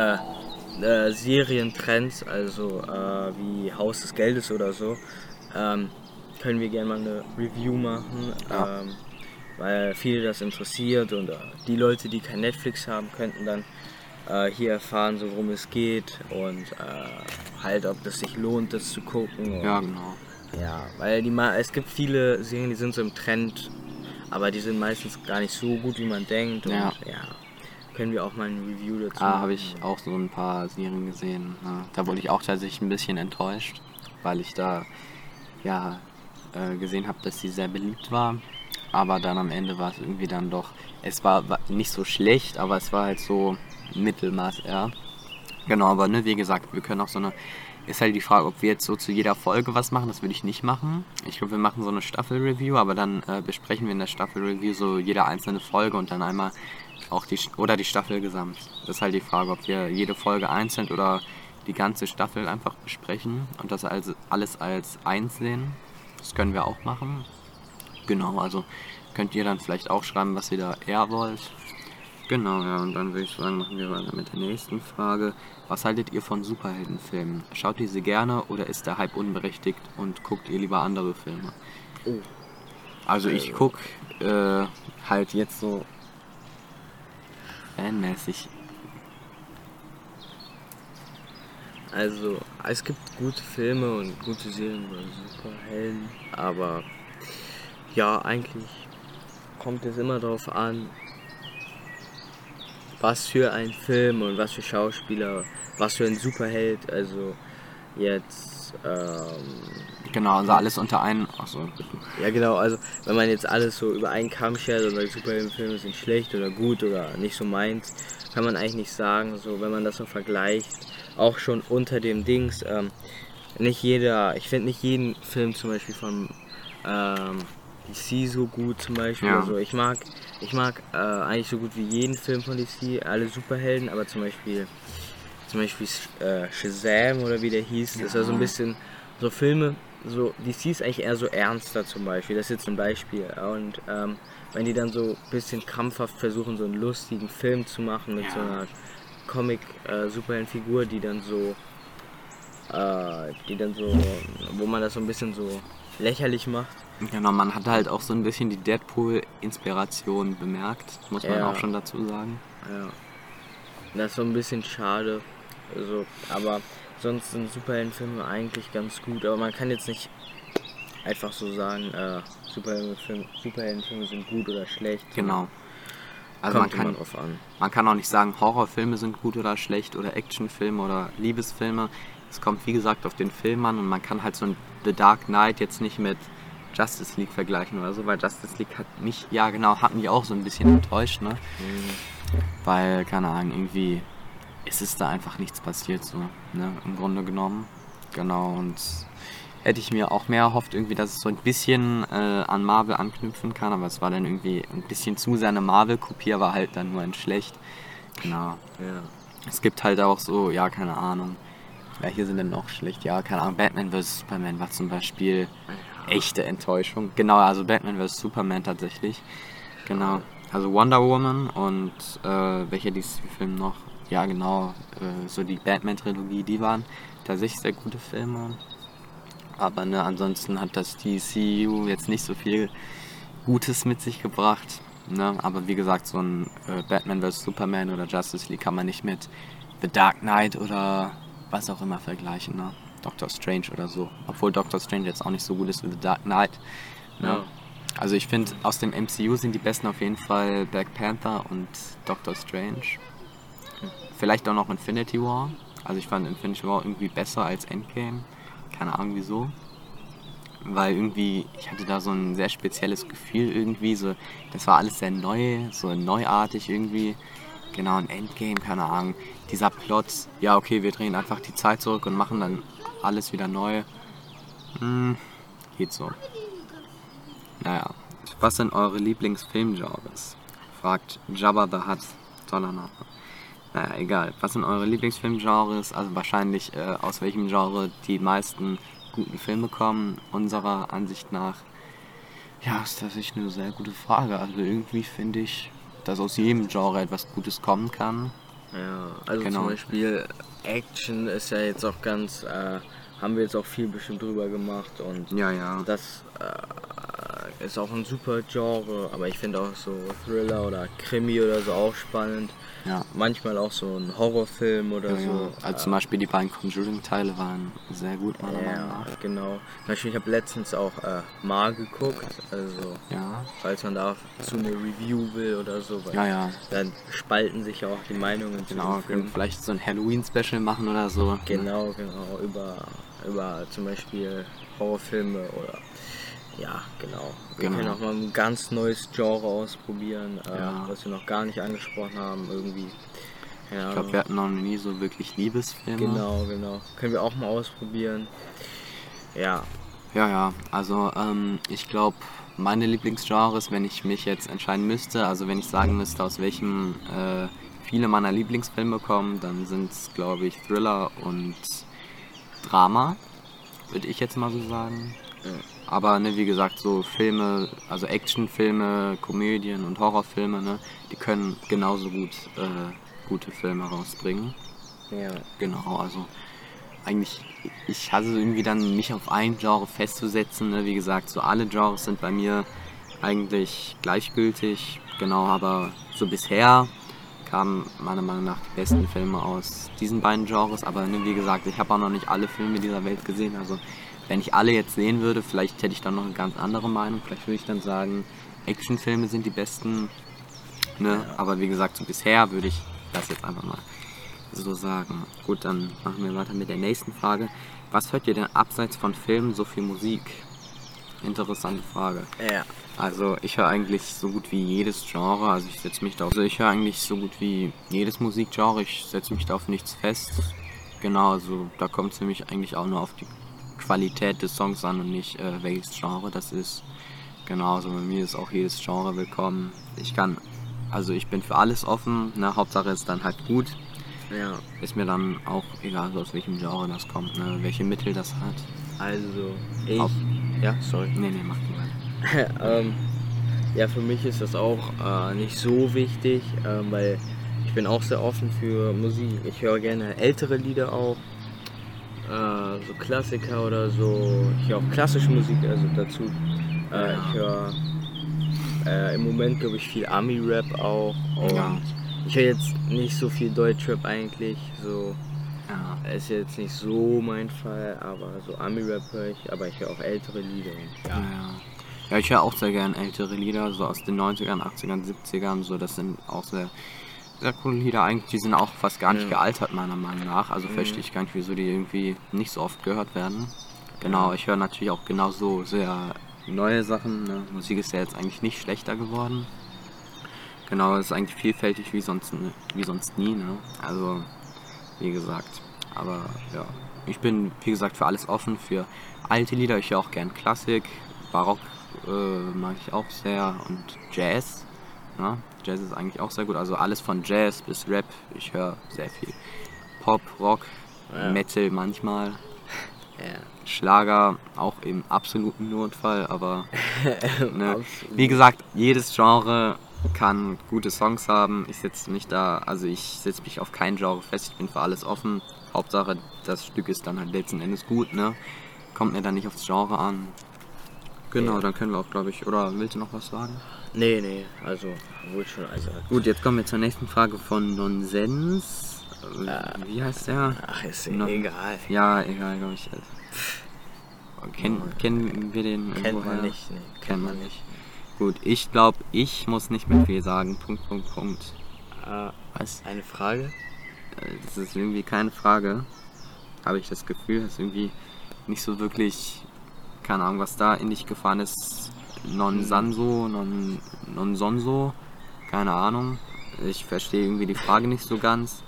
Serientrends, also wie Haus des Geldes oder so, können wir gerne mal eine Review machen, weil viele das interessiert und die Leute, die kein Netflix haben, könnten dann hier erfahren, so worum es geht und halt, ob das sich lohnt, das zu gucken. Und, ja, genau. Ja, weil es gibt viele Serien, die sind so im Trend, aber die sind meistens gar nicht so gut, wie man denkt. Und, können wir auch mal ein Review dazu machen. Habe ich auch so ein paar Serien gesehen. Ne? Da wurde ich auch tatsächlich ein bisschen enttäuscht, weil ich da gesehen habe, dass sie sehr beliebt war. Aber dann am Ende war es irgendwie dann doch, es war nicht so schlecht, aber es war halt so Mittelmaß eher. Genau, aber ne, wie gesagt, wir können auch so eine, ist halt die Frage, ob wir jetzt so zu jeder Folge was machen, das würde ich nicht machen. Ich glaube, wir machen so eine Staffel-Review, aber dann besprechen wir in der Staffel-Review so jede einzelne Folge und dann einmal auch die Staffel gesamt. Das ist halt die Frage, ob wir jede Folge einzeln oder die ganze Staffel einfach besprechen und das also alles als eins sehen. Das können wir auch machen. Genau, also könnt ihr dann vielleicht auch schreiben, was ihr da eher wollt. Genau, ja, und dann würde ich sagen, machen wir weiter mit der nächsten Frage. Was haltet ihr von Superheldenfilmen? Schaut ihr sie gerne oder ist der Hype unberechtigt und guckt ihr lieber andere Filme? Oh. Also ich gucke halt jetzt so fanmäßig. Also, es gibt gute Filme und gute Serien über Superhelden, aber ja, eigentlich kommt es immer darauf an, was für ein Film und was für Schauspieler, was für ein Superheld, also jetzt genau, also alles unter einen. Achso. Ja genau, also wenn man jetzt alles so über einen Kamm schert und sagt, Superheldenfilme sind schlecht oder gut oder nicht so meins, kann man eigentlich nicht sagen, so wenn man das so vergleicht, auch schon unter dem Dings, ich finde nicht jeden Film zum Beispiel von DC so gut zum Beispiel, also ich mag eigentlich so gut wie jeden Film von DC, alle Superhelden, aber zum Beispiel Shazam oder wie der hieß, das war so ein bisschen so Filme, so DC ist eigentlich eher so ernster zum Beispiel, das ist jetzt ein Beispiel und wenn die dann so ein bisschen krampfhaft versuchen, so einen lustigen Film zu machen mit so einer Comic-Superheldenfigur, die dann so, wo man das so ein bisschen so lächerlich macht. Genau, man hat halt auch so ein bisschen die Deadpool-Inspiration bemerkt, muss man auch schon dazu sagen. Ja, das ist so ein bisschen schade, also, aber sonst sind Superheldenfilme eigentlich ganz gut, aber man kann jetzt nicht einfach so sagen, Superheldenfilme sind gut oder schlecht. Genau. Also man kann auch nicht sagen, Horrorfilme sind gut oder schlecht oder Actionfilme oder Liebesfilme. Es kommt wie gesagt auf den Film an und man kann halt so ein The Dark Knight jetzt nicht mit Justice League vergleichen oder so, weil Justice League hat mich auch so ein bisschen enttäuscht, ne? Weil, keine Ahnung, irgendwie ist es da einfach nichts passiert, so, ne, im Grunde genommen. Genau, und hätte ich mir auch mehr erhofft, irgendwie, dass es so ein bisschen an Marvel anknüpfen kann, aber es war dann irgendwie ein bisschen zu sehr eine Marvel-Kopie, aber halt dann nur ein schlecht. Genau. Ja. Es gibt halt auch so, keine Ahnung, welche sind denn noch schlecht? Ja, keine Ahnung, Batman vs. Superman war zum Beispiel echte Enttäuschung. Genau, also Batman vs. Superman tatsächlich. Genau. Also Wonder Woman und welcher DC-Film noch? Ja, genau, so die Batman-Trilogie, die waren tatsächlich sehr gute Filme. Aber ne, ansonsten hat das DCU jetzt nicht so viel Gutes mit sich gebracht. Ne? Aber wie gesagt, so ein Batman vs. Superman oder Justice League kann man nicht mit The Dark Knight oder was auch immer vergleichen. Ne? Doctor Strange oder so. Obwohl Doctor Strange jetzt auch nicht so gut ist wie The Dark Knight. Ne? Ja. Also ich finde, aus dem MCU sind die besten auf jeden Fall Black Panther und Doctor Strange. Vielleicht auch noch Infinity War. Also ich fand Infinity War irgendwie besser als Endgame. Keine Ahnung wieso. weil irgendwie, ich hatte da so ein sehr spezielles Gefühl irgendwie, so, das war alles sehr neu, so neuartig irgendwie. Genau, ein Endgame, keine Ahnung. Dieser Plot, ja okay, wir drehen einfach die Zeit zurück und machen dann alles wieder neu. Geht so. Naja, was sind eure Lieblingsfilmgenres? Fragt Jabba the Hutt. Toller Name. Naja, egal. Was sind eure Lieblingsfilmgenres? Also wahrscheinlich aus welchem Genre die meisten guten Filme kommen, unserer Ansicht nach. Ja, ist tatsächlich eine sehr gute Frage. Also irgendwie finde ich, dass aus jedem Genre etwas Gutes kommen kann. Ja, also Genau. zum Beispiel Action ist ja jetzt auch ganz, haben wir jetzt auch viel bestimmt drüber gemacht und Ja. das ist auch ein super Genre, aber ich finde auch so Thriller oder Krimi oder so auch spannend. Ja. Manchmal auch so ein Horrorfilm oder Ja. so. Also zum Beispiel die beiden Conjuring-Teile waren sehr gut, meiner Meinung Ja, nach. genau. Zum Beispiel, ich habe letztens auch Mar geguckt, also Ja. falls man da zu eine Review will oder so, weil Ja. dann spalten sich ja auch die Meinungen zu Genau, dem können Film. vielleicht so ein Halloween-Special machen oder so. Genau, über zum Beispiel Horrorfilme oder ja, genau. Wir Genau. können auch mal ein ganz neues Genre ausprobieren, Ja. was wir noch gar nicht angesprochen haben, irgendwie. Ja, Ich glaube, wir hatten noch nie so wirklich Liebesfilme. genau. Können wir auch mal ausprobieren. Ja, Ja. Also ich glaube, meine Lieblingsgenres, wenn ich mich jetzt entscheiden müsste, also wenn ich sagen müsste, aus welchem viele meiner Lieblingsfilme kommen, dann sind es, glaube ich, Thriller und Drama, würde ich jetzt mal so sagen. Ja. Aber ne, wie gesagt, so Filme, also Actionfilme, Komödien und Horrorfilme, ne, die können genauso gut gute Filme rausbringen. ja. Genau, also eigentlich, ich hasse irgendwie dann, mich auf ein Genre festzusetzen. Ne? Wie gesagt, so alle Genres sind bei mir eigentlich gleichgültig. Genau, aber so bisher kamen meiner Meinung nach die besten Filme aus diesen beiden Genres. Aber ne, wie gesagt, ich habe auch noch nicht alle Filme dieser Welt gesehen. Also wenn ich alle jetzt sehen würde, vielleicht hätte ich dann noch eine ganz andere Meinung. Vielleicht würde ich dann sagen, Actionfilme sind die besten. Ne? Ja. Aber wie gesagt, so bisher würde ich das jetzt einfach mal so sagen. Gut, dann machen wir weiter mit der nächsten Frage. Was hört ihr denn abseits von Filmen so viel Musik? Interessante Frage. Ja. Also ich höre eigentlich so gut wie jedes Genre, also ich setze mich da auf, also ich höre eigentlich so gut wie jedes Musikgenre, ich setze mich da auf nichts fest. Genau, also da kommt es für mich eigentlich auch nur auf die Qualität des Songs an und nicht welches Genre das ist. Genau, also bei mir ist auch jedes Genre willkommen. Ich bin für alles offen, ne? Hauptsache ist dann halt gut. Ja. Ist mir dann auch egal, aus welchem Genre das kommt, ne? Welche Mittel das hat. Also, ich. Auf- Ja, sorry. Nee, mach die weiter. Ja, für mich ist das auch nicht so wichtig, weil ich bin auch sehr offen für Musik. Ich höre gerne ältere Lieder auch, so Klassiker oder so. Ich höre auch klassische Musik, also dazu. Ich höre im Moment, glaube ich, viel Ami-Rap auch. Und Ja. ich höre jetzt nicht so viel Deutschrap eigentlich, so. Ja. Ist jetzt nicht so mein Fall, aber so Ami-Rap höre ich, aber ich höre auch ältere Lieder. Und Ja, ich höre auch sehr gern ältere Lieder, so aus den 90ern, 80ern, 70ern, so, das sind auch sehr, sehr coole Lieder eigentlich, die sind auch fast gar nicht Ja. gealtert, meiner Meinung nach, also verstehe ich gar nicht, wieso die irgendwie nicht so oft gehört werden. Genau, ich höre natürlich auch genauso sehr neue Sachen, ne? Musik ist ja jetzt eigentlich nicht schlechter geworden. Genau, es ist eigentlich vielfältig wie sonst nie, ne? Also, wie gesagt, aber ja, ich bin, wie gesagt, für alles offen, für alte Lieder, ich höre auch gern Klassik, Barock mag ich auch sehr und Jazz, ne? Jazz ist eigentlich auch sehr gut, also alles von Jazz bis Rap, ich höre sehr viel Pop, Rock, Ja. Metal manchmal, ja. Schlager auch im absoluten Notfall, aber ne? Absolut. Wie gesagt, jedes Genre kann gute Songs haben. Ich setze mich auf kein Genre fest, ich bin für alles offen. Hauptsache, das Stück ist dann halt letzten Endes gut, ne? Kommt mir dann nicht aufs Genre an. Genau, Ja. dann können wir auch, glaube ich, oder willst du noch was sagen? Nee, also, wohl schon, also. Gut, jetzt kommen wir zur nächsten Frage von Nonsens. Wie heißt der? Ach, ist No- egal. Ja, egal, glaube ich. Kennen wir den Kennt irgendwoher? man nicht, nee, Kennt man nicht. Gut, ich glaube, ich muss nicht mehr viel sagen. Punkt. Was? Eine Frage? Das ist irgendwie keine Frage. Habe ich das Gefühl, das ist irgendwie nicht so wirklich keine Ahnung, was da in dich gefahren ist. Non-Sanso, Non-Sonso, keine Ahnung. Ich verstehe irgendwie die Frage nicht so ganz.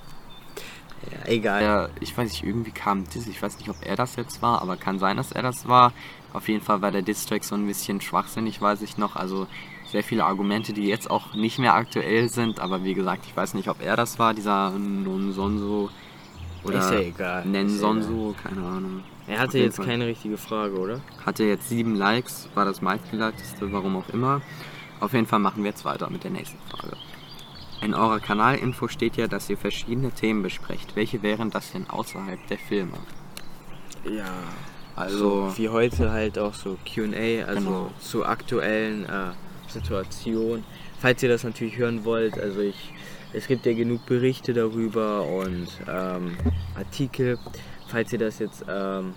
Ja, egal. Ja, ich weiß nicht, irgendwie kam Diss, ich weiß nicht, ob er das jetzt war, aber kann sein, dass er das war. Auf jeden Fall war der Diss-Track so ein bisschen schwachsinnig, weiß ich noch. Also sehr viele Argumente, die jetzt auch nicht mehr aktuell sind, aber wie gesagt, ich weiß nicht, ob er das war, dieser Non-Sonso oder Ist ja egal. Nen-Sonso, keine Ahnung. Er hatte jetzt keine richtige Frage, oder? Hatte jetzt 7 Likes, war das meistgeliketeste, warum auch immer. Auf jeden Fall machen wir jetzt weiter mit der nächsten Frage. In eurer Kanalinfo steht ja, dass ihr verschiedene Themen besprecht. Welche wären das denn außerhalb der Filme? Ja, Also, so wie heute halt auch so Q&A, also Genau. zu aktuellen Situationen. Falls ihr das natürlich hören wollt, also es gibt ja genug Berichte darüber und Artikel. Falls ihr das jetzt,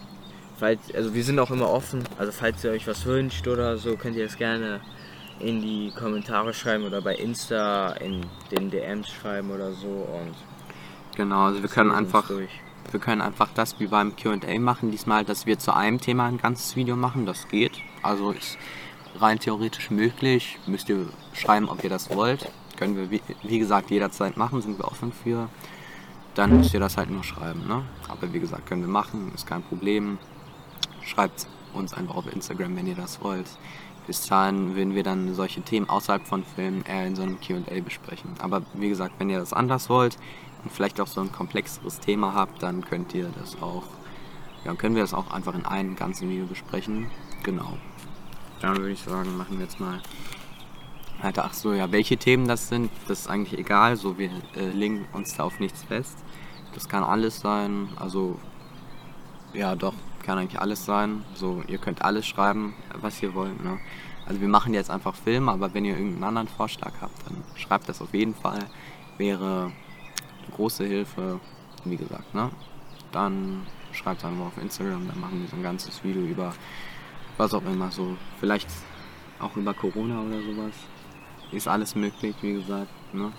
also wir sind auch immer offen, also falls ihr euch was wünscht oder so, könnt ihr das gerne in die Kommentare schreiben oder bei Insta in den DMs schreiben oder so und genau, also wir können einfach das wie beim Q&A machen, diesmal, dass wir zu einem Thema ein ganzes Video machen, das geht. Also ist rein theoretisch möglich, müsst ihr schreiben, ob ihr das wollt. Können wir, wie gesagt, jederzeit machen, sind wir offen für. Dann müsst ihr das halt nur schreiben, ne? Aber wie gesagt, können wir machen, ist kein Problem. Schreibt uns einfach auf Instagram, wenn ihr das wollt. Bis dahin würden wir dann solche Themen außerhalb von Filmen eher in so einem Q&A besprechen. Aber wie gesagt, wenn ihr das anders wollt und vielleicht auch so ein komplexeres Thema habt, dann könnt ihr das auch, ja, können wir das auch einfach in einem ganzen Video besprechen. Genau. Dann würde ich sagen, machen wir jetzt mal weiter. Ach so, ja, welche Themen das sind, das ist eigentlich egal. So, wir legen uns da auf nichts fest. Das kann alles sein. Also, ja, doch, kann eigentlich alles sein. So, ihr könnt alles schreiben, was ihr wollt, ne? Also wir machen jetzt einfach Filme, aber wenn ihr irgendeinen anderen Vorschlag habt, dann schreibt das auf jeden Fall. Wäre eine große Hilfe, wie gesagt, ne? Dann schreibt einfach auf Instagram, dann machen wir so ein ganzes Video über was auch immer, so vielleicht auch über Corona oder sowas. Ist alles möglich, wie gesagt, ne?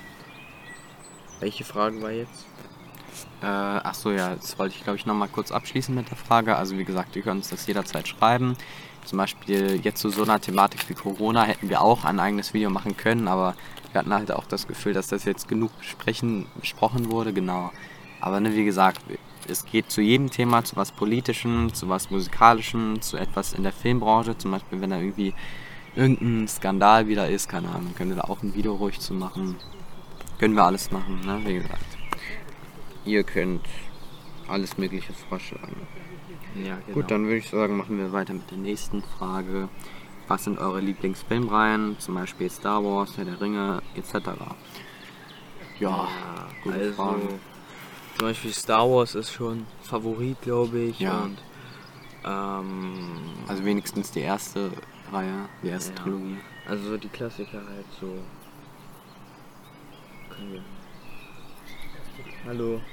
welche Frage war jetzt? Ach so, ja, jetzt wollte ich glaube ich nochmal kurz abschließen mit der Frage. Also wie gesagt, ihr könnt uns das jederzeit schreiben. Zum Beispiel jetzt zu so einer Thematik wie Corona hätten wir auch ein eigenes Video machen können, aber wir hatten halt auch das Gefühl, dass das jetzt genug besprochen wurde, genau. Aber ne, wie gesagt, es geht zu jedem Thema, zu was Politischem, zu was Musikalischem, zu etwas in der Filmbranche. Zum Beispiel, wenn da irgendwie irgendein Skandal wieder ist, keine Ahnung, können wir da auch ein Video ruhig zu machen. Können wir alles machen, ne, wie gesagt. Ihr könnt alles Mögliche vorschlagen. Ja, genau. Gut, dann würde ich sagen, machen wir weiter mit der nächsten Frage. Was sind eure Lieblingsfilmreihen? Zum Beispiel Star Wars, Herr der Ringe, etc. Ja, gute also Frage. zum Beispiel Star Wars ist schon Favorit, glaube ich. Ja. Und Also wenigstens die erste Reihe, die erste Ja. Trilogie. also so die Klassiker halt so. Können wir. Hallo.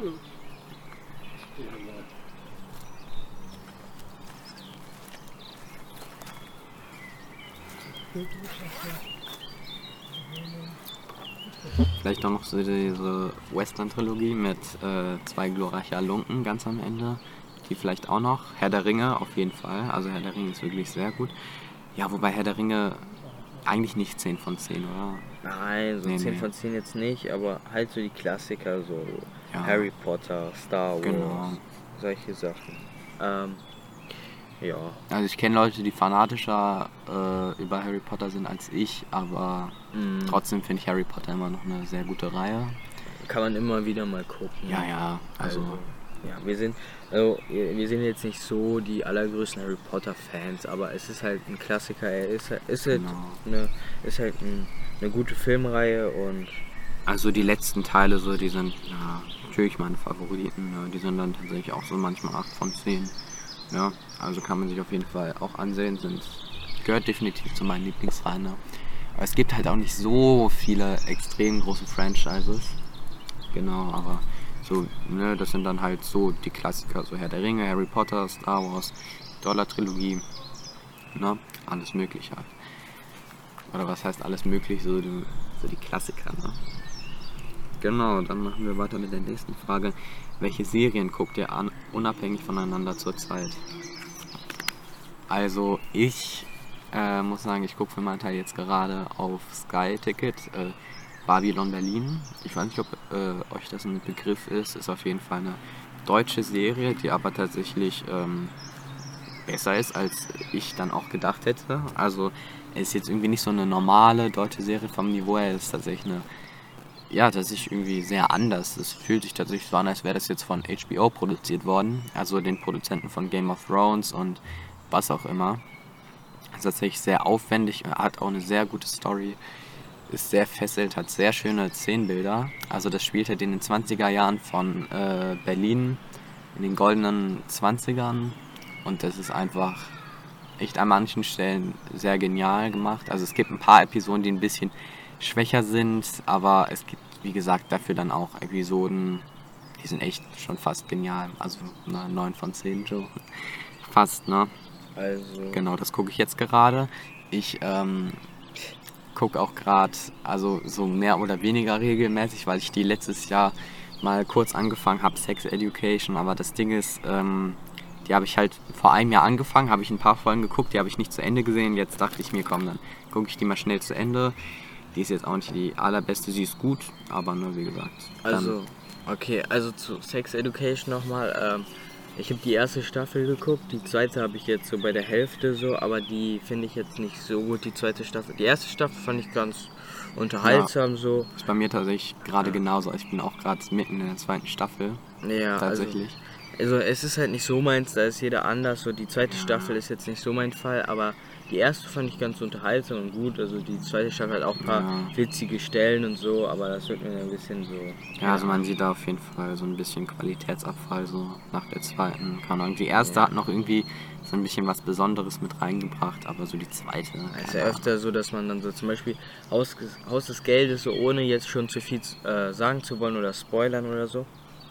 Vielleicht auch noch so diese Western-Trilogie mit 2 glorreicher Lunken ganz am Ende. Die vielleicht auch noch. Herr der Ringe auf jeden Fall. Also Herr der Ringe ist wirklich sehr gut. Ja, wobei Herr der Ringe eigentlich nicht 10 von 10, oder? Nein, so Nee, 10 nee. von 10 jetzt nicht, aber halt so die Klassiker, so Ja. Harry Potter, Star Wars, Genau. solche Sachen. Ja, Also ich kenne Leute, die fanatischer über Harry Potter sind als ich, aber trotzdem finde ich Harry Potter immer noch eine sehr gute Reihe. kann man immer wieder mal gucken. Ja, also Ja, wir sind jetzt nicht so die allergrößten Harry Potter Fans, aber es ist halt ein Klassiker. Er ist halt Genau. eine gute Filmreihe und also die letzten Teile so, die sind ja, natürlich meine Favoriten, ne? Die sind dann tatsächlich auch so manchmal 8 von 10. Ja, also kann man sich auf jeden Fall auch ansehen, gehört definitiv zu meinen Lieblingsreihen. Ne? Aber es gibt halt auch nicht so viele extrem große Franchises. Genau, aber so, ne, das sind dann halt so die Klassiker, so Herr der Ringe, Harry Potter, Star Wars, Dollar-Trilogie, ne, alles mögliche halt. Oder was heißt alles möglich, so die Klassiker, ne. Genau, dann machen wir weiter mit der nächsten Frage. Welche Serien guckt ihr an, unabhängig voneinander zurzeit? Also ich muss sagen, ich gucke für meinen Teil jetzt gerade auf Sky Ticket Babylon Berlin. Ich weiß nicht, ob euch das ein Begriff ist. Ist auf jeden Fall eine deutsche Serie, die aber tatsächlich besser ist, als ich dann auch gedacht hätte. Also es ist jetzt irgendwie nicht so eine normale deutsche Serie vom Niveau her. Es ist tatsächlich tatsächlich irgendwie sehr anders. Es fühlt sich tatsächlich so an, als wäre das jetzt von HBO produziert worden. Also den Produzenten von Game of Thrones und was auch immer. Es ist tatsächlich sehr aufwendig, hat auch eine sehr gute Story, ist sehr fesselnd, hat sehr schöne Szenenbilder. Also das spielt halt in den 20er Jahren von Berlin, in den goldenen 20ern. Und das ist einfach echt an manchen Stellen sehr genial gemacht. Also es gibt ein paar Episoden, die ein bisschen schwächer sind, aber es gibt, wie gesagt, dafür dann auch Episoden, die sind echt schon fast genial. Also 9 von 10 so. Fast, ne? Also. Genau, das gucke ich jetzt gerade. Ich gucke auch gerade, also so mehr oder weniger regelmäßig, weil ich die letztes Jahr mal kurz angefangen habe, Sex Education, aber das Ding ist, die habe ich halt vor einem Jahr angefangen, habe ich ein paar Folgen geguckt, die habe ich nicht zu Ende gesehen, jetzt dachte ich mir, komm, dann gucke ich die mal schnell zu Ende. Die ist jetzt auch nicht die allerbeste, sie ist gut, aber nur wie gesagt. Also, okay, also zu Sex Education nochmal, ich habe die erste Staffel geguckt, die zweite habe ich jetzt so bei der Hälfte so, aber die finde ich jetzt nicht so gut, die zweite Staffel. Die erste Staffel fand ich ganz unterhaltsam so. Ist bei mir tatsächlich gerade genauso, ich bin auch gerade mitten in der zweiten Staffel. Ja, tatsächlich. Also es ist halt nicht so meins, da ist jeder anders, so die zweite Staffel ist jetzt nicht so mein Fall, aber die erste fand ich ganz unterhaltsam und gut, also die zweite Staffel hat auch ein paar witzige Stellen und so, aber das wird mir ein bisschen so... Ja, also man sieht da auf jeden Fall so ein bisschen Qualitätsabfall so nach der zweiten, keine Ahnung. Die erste hat noch irgendwie so ein bisschen was Besonderes mit reingebracht, aber so die zweite... Es ist ja öfter so, dass man dann so zum Beispiel Haus des Geldes, so ohne jetzt schon zu viel sagen zu wollen oder spoilern oder so,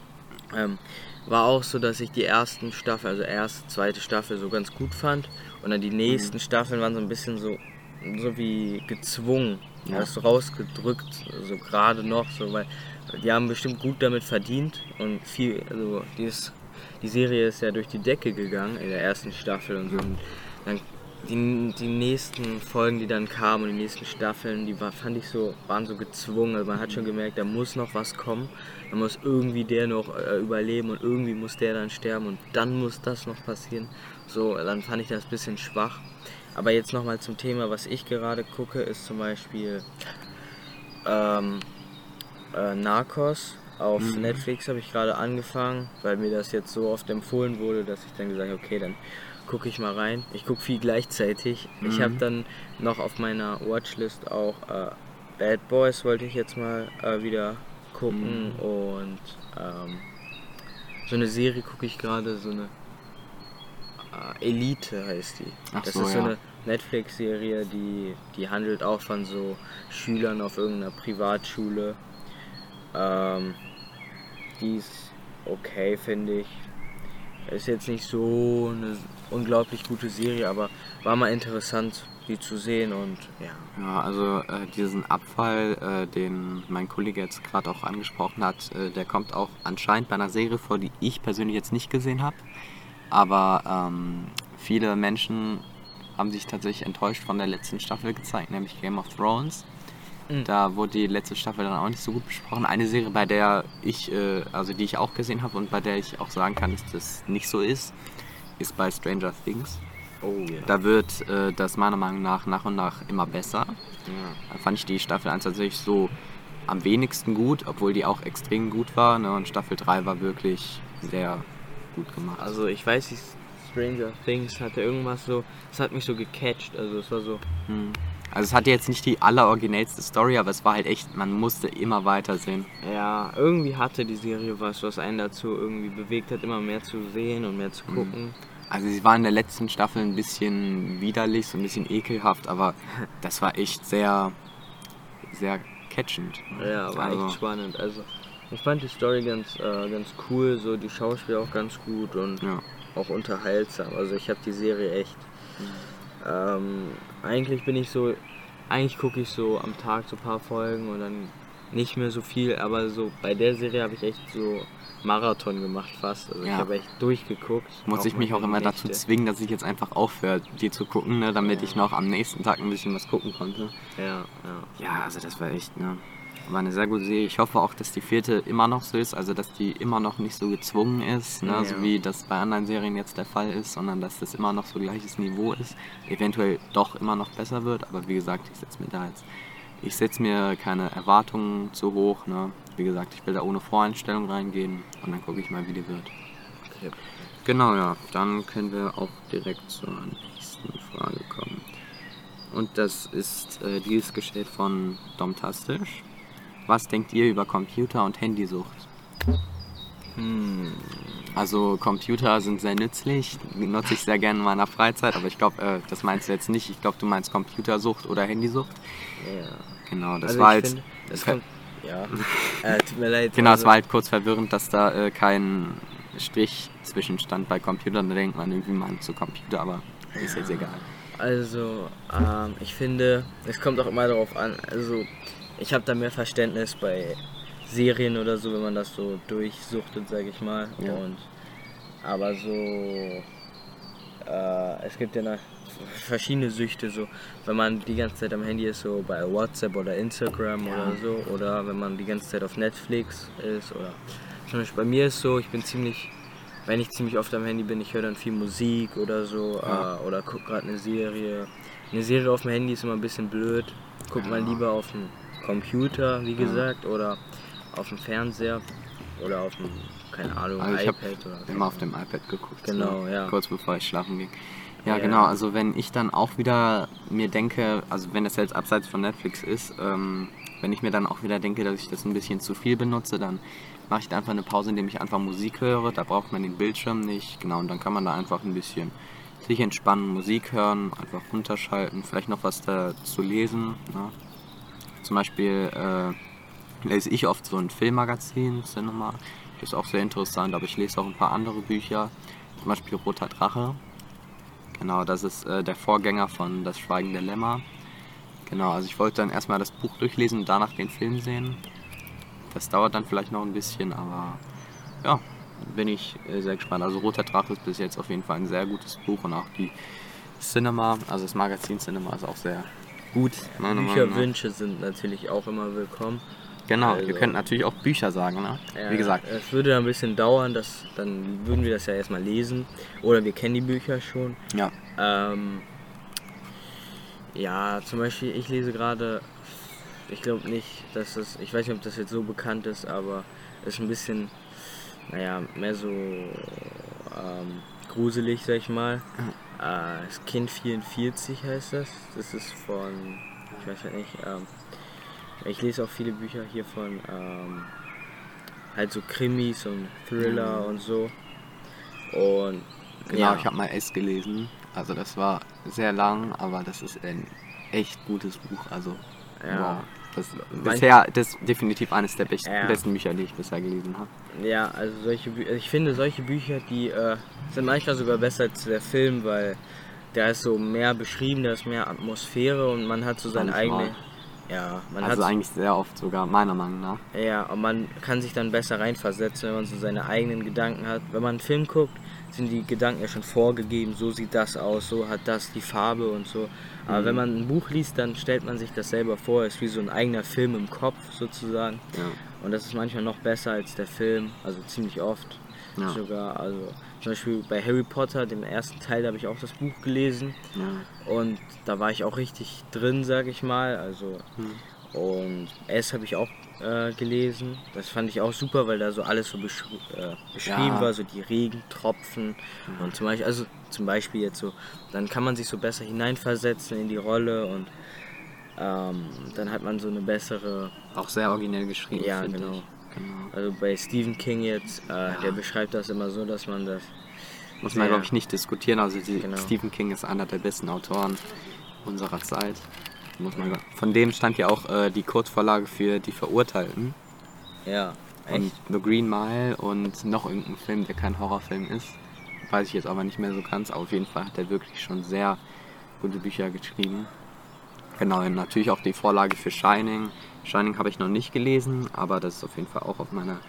war auch so, dass ich die ersten Staffel, also erste, zweite Staffel so ganz gut fand und dann die nächsten Staffeln waren so ein bisschen so wie gezwungen, so rausgedrückt, so gerade noch, so, weil die haben bestimmt gut damit verdient und viel, also die Serie ist ja durch die Decke gegangen in der ersten Staffel und so. Und dann die nächsten Folgen, die dann kamen und die nächsten Staffeln, waren so gezwungen. Also man hat schon gemerkt, da muss noch was kommen. Da muss irgendwie der noch überleben und irgendwie muss der dann sterben und dann muss das noch passieren. So, dann fand ich das ein bisschen schwach. Aber jetzt nochmal zum Thema, was ich gerade gucke, ist zum Beispiel Narcos. Auf Netflix habe ich gerade angefangen, weil mir das jetzt so oft empfohlen wurde, dass ich dann gesagt habe, okay, dann gucke ich mal rein. Ich gucke viel gleichzeitig. Ich habe dann noch auf meiner Watchlist auch Bad Boys wollte ich jetzt mal wieder gucken und so eine Serie gucke ich gerade, so eine Elite heißt die. Das ist so eine Netflix-Serie, die handelt auch von so Schülern auf irgendeiner Privatschule. Die ist okay, finde ich. Ist jetzt nicht so eine unglaublich gute Serie, aber war mal interessant, die zu sehen und ja. Ja, also diesen Abfall, den mein Kollege jetzt gerade auch angesprochen hat, der kommt auch anscheinend bei einer Serie vor, die ich persönlich jetzt nicht gesehen habe. Aber viele Menschen haben sich tatsächlich enttäuscht von der letzten Staffel gezeigt, nämlich Game of Thrones. Da wurde die letzte Staffel dann auch nicht so gut besprochen. Eine Serie, bei der die ich auch gesehen habe und bei der ich auch sagen kann, dass das nicht so ist bei Stranger Things. Oh ja. Da wird das meiner Meinung nach und nach immer besser. Da fand ich die Staffel 1 tatsächlich so am wenigsten gut, obwohl die auch extrem gut war. Ne? Und Staffel 3 war wirklich sehr gut gemacht. Also ich weiß nicht, Stranger Things hatte irgendwas so, es hat mich so gecatcht, also es war so... Also es hatte jetzt nicht die alleroriginellste Story, aber es war halt echt, man musste immer weiter sehen. Ja, irgendwie hatte die Serie was einen dazu irgendwie bewegt hat, immer mehr zu sehen und mehr zu gucken. Also sie war in der letzten Staffel ein bisschen widerlich, so ein bisschen ekelhaft, aber das war echt sehr, sehr catchend. Ja, war echt spannend. Also ich fand die Story ganz cool, so die Schauspieler auch ganz gut und auch unterhaltsam. Also ich habe die Serie echt... eigentlich gucke ich so am Tag so ein paar Folgen und dann nicht mehr so viel, aber so bei der Serie habe ich echt so Marathon gemacht fast. Also Ja. ich habe echt durchgeguckt. Muss ich mich auch immer dazu Nächte. zwingen, dass ich jetzt einfach aufhöre, die zu gucken, ne, damit Ja. ich noch am nächsten Tag ein bisschen was gucken konnte. Ja. Ja, also das war echt, ne, war eine sehr gute Serie. Ich hoffe auch, dass die 4. immer noch so ist, also dass die immer noch nicht so gezwungen ist, ne, Ja. so wie das bei anderen Serien jetzt der Fall ist, sondern dass das immer noch so gleiches Niveau ist, eventuell doch immer noch besser wird, aber wie gesagt, ich setze mir keine Erwartungen zu hoch, ne. Wie gesagt, ich will da ohne Voreinstellung reingehen und dann gucke ich mal, wie die wird. Okay. Genau, ja, dann können wir auch direkt zur nächsten Frage kommen. Und das ist, die ist gestellt von Domtastisch. Was denkt ihr über Computer- und Handysucht? Also Computer sind sehr nützlich, die nutze ich sehr gerne in meiner Freizeit, aber ich glaube, das meinst du jetzt nicht. Ich glaube, du meinst Computersucht oder Handysucht. Ja. Genau, das Also war ich halt... finde, das kommt, ja. Tut mir leid. Genau, es also, war halt kurz verwirrend, dass da kein Strich zwischenstand bei Computern. Da denkt man irgendwie mal zu Computer, aber ist jetzt egal. Also, ich finde, es kommt auch immer darauf an. Also, ich habe da mehr Verständnis bei Serien oder so, wenn man das so durchsuchtet, sage ich mal. Ja. Aber so, es gibt ja verschiedene Süchte, so, wenn man die ganze Zeit am Handy ist, so bei WhatsApp oder Instagram Ja. oder so, oder wenn man die ganze Zeit auf Netflix ist, oder zum Beispiel bei mir ist so, wenn ich ziemlich oft am Handy bin, ich höre dann viel Musik oder so, Ja. oder gucke gerade eine Serie. Eine Serie auf dem Handy ist immer ein bisschen blöd, guckt man lieber auf dem Computer, wie gesagt, oder auf dem Fernseher, oder auf dem, keine Ahnung, Also ich habe iPad oder immer auf dem iPad geguckt, Genau, so, ja. kurz bevor ich schlafen ging. Ja, Ja. genau, also wenn ich dann auch wieder mir denke, also wenn das jetzt abseits von Netflix ist, wenn ich mir dann auch wieder denke, dass ich das ein bisschen zu viel benutze, dann mache ich da einfach eine Pause, indem ich einfach Musik höre, da braucht man den Bildschirm nicht, genau, und dann kann man da einfach ein bisschen sich entspannen, Musik hören, einfach runterschalten, vielleicht noch was dazu lesen, ne? Zum Beispiel lese ich oft so ein Filmmagazin, Cinema, das ist auch sehr interessant, aber ich lese auch ein paar andere Bücher, zum Beispiel Roter Drache. Genau, das ist der Vorgänger von Das Schweigen der Lämmer. Genau, also ich wollte dann erstmal das Buch durchlesen und danach den Film sehen. Das dauert dann vielleicht noch ein bisschen, aber ja, bin ich sehr gespannt. Also Roter Drache ist bis jetzt auf jeden Fall ein sehr gutes Buch und auch die Cinema, also das Magazin Cinema ist auch sehr gut. meiner Meinung nach. Bücherwünsche sind natürlich auch immer willkommen. Genau, Also- ihr könnt natürlich auch Bücher sagen, ne? Wie gesagt, Es würde ein bisschen dauern, dann würden wir das ja erstmal lesen. Oder wir kennen die Bücher schon. ja. Ja, zum Beispiel, ich lese gerade, ich glaube nicht, ich weiß nicht, ob das jetzt so bekannt ist, aber es ist ein bisschen, mehr so gruselig, sag ich mal. Das Kind 44 heißt das. Das ist von, ich weiß halt nicht, ich lese auch viele Bücher hier von halt so Krimis und Thriller und so. Und Genau, ja, ich habe mal S gelesen. Also das war sehr lang, aber das ist ein echt gutes Buch. Also Ja. wow. Das ist definitiv eines der Ja. besten Bücher, die ich bisher gelesen habe. ja, also ich finde solche Bücher, die sind manchmal sogar besser als der Film, weil da ist so mehr beschrieben, da ist mehr Atmosphäre und man hat so seine Manchmal. eigene. Ja, man Also hat eigentlich sehr oft sogar, meiner Meinung nach. Ja, und man kann sich dann besser reinversetzen, wenn man so seine eigenen Gedanken hat. Wenn man einen Film guckt, sind die Gedanken ja schon vorgegeben, so sieht das aus, so hat das die Farbe und so. Aber wenn man ein Buch liest, dann stellt man sich das selber vor, ist wie so ein eigener Film im Kopf sozusagen. Ja. Und das ist manchmal noch besser als der Film, also ziemlich oft Ja. sogar. Also zum Beispiel bei Harry Potter, dem ersten Teil, da habe ich auch das Buch gelesen. Ja. Und da war ich auch richtig drin, sag ich mal. Also und S habe ich auch gelesen. Das fand ich auch super, weil da so alles so beschrieben Ja. war, so die Regentropfen und zum Beispiel jetzt so, dann kann man sich so besser hineinversetzen in die Rolle und dann hat man so eine bessere, Auch sehr originell geschrieben, Ja, finde genau. ich. Genau. also bei Stephen King jetzt, der beschreibt das immer so, dass man das Muss man, sehr- glaube ich, nicht diskutieren. Also Genau. Stephen King ist einer der besten Autoren unserer Zeit. Von dem stand ja auch die Kurzvorlage für Die Verurteilten. Ja, Und echt. The Green Mile und noch irgendein Film, der kein Horrorfilm ist. Weiß ich jetzt aber nicht mehr so ganz. Aber auf jeden Fall hat er wirklich schon sehr gute Bücher geschrieben. Genau, und natürlich auch die Vorlage für Shining. Shining habe ich noch nicht gelesen, aber das ist auf jeden Fall auch auf meiner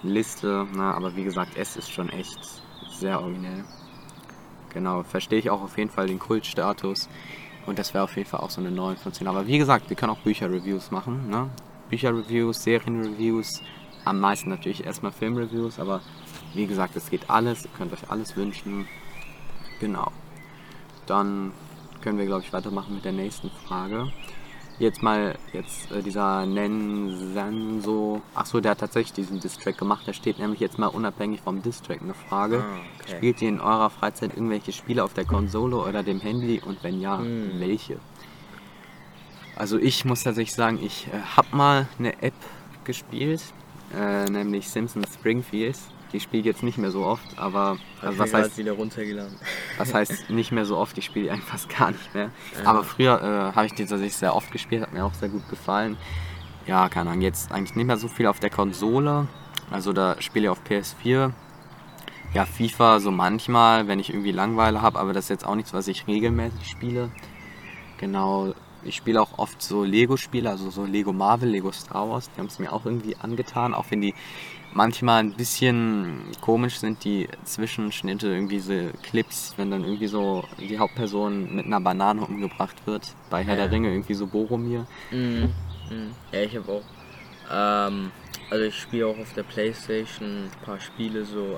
Liste, ne? Aber wie gesagt, es ist schon echt sehr originell. Genau, verstehe ich auch auf jeden Fall den Kultstatus. Und das wäre auf jeden Fall auch so eine 9 von 10. Aber wie gesagt, wir können auch Bücherreviews machen. Ne? Bücherreviews, Serienreviews, am meisten natürlich erstmal Filmreviews. Aber wie gesagt, es geht alles, ihr könnt euch alles wünschen. Genau. Dann können wir, glaube ich, weitermachen mit der nächsten Frage. Jetzt dieser Nensanso. Achso, der hat tatsächlich diesen Distrack gemacht. Der steht nämlich jetzt mal unabhängig vom Distrack eine Frage. Okay. Spielt ihr in eurer Freizeit irgendwelche Spiele auf der Konsole oder dem Handy und wenn ja, welche? Also ich muss tatsächlich sagen, ich habe mal eine App gespielt, nämlich Simpsons Springfield. Die spiele ich jetzt nicht mehr so oft, aber also was heißt wieder runtergeladen? Was heißt nicht mehr so oft? Ich spiele die eigentlich fast gar nicht mehr. Ja. Aber früher habe ich die tatsächlich sehr oft gespielt, hat mir auch sehr gut gefallen. Ja, keine Ahnung, jetzt eigentlich nicht mehr so viel auf der Konsole. Also da spiele ich auf PS4. Ja, FIFA so manchmal, wenn ich irgendwie Langeweile habe, aber das ist jetzt auch nichts, was ich regelmäßig spiele. Genau, ich spiele auch oft so Lego-Spiele, also so Lego Marvel, Lego Star Wars. Die haben es mir auch irgendwie angetan, auch wenn die manchmal ein bisschen komisch sind, die Zwischenschnitte, irgendwie so Clips, wenn dann irgendwie so die Hauptperson mit einer Banane umgebracht wird. Bei Herr der Ringe irgendwie so Boromir. Ja, ich habe auch, also ich spiele auch auf der Playstation ein paar Spiele, so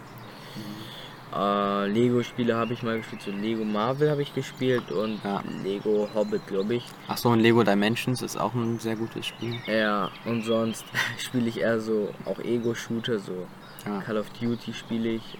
Lego-Spiele habe ich mal gespielt, so Lego Marvel habe ich gespielt und Lego Hobbit, glaube ich. Achso, und Lego Dimensions ist auch ein sehr gutes Spiel. Ja, und sonst spiele ich eher so auch Ego-Shooter, so Call of Duty spiele ich,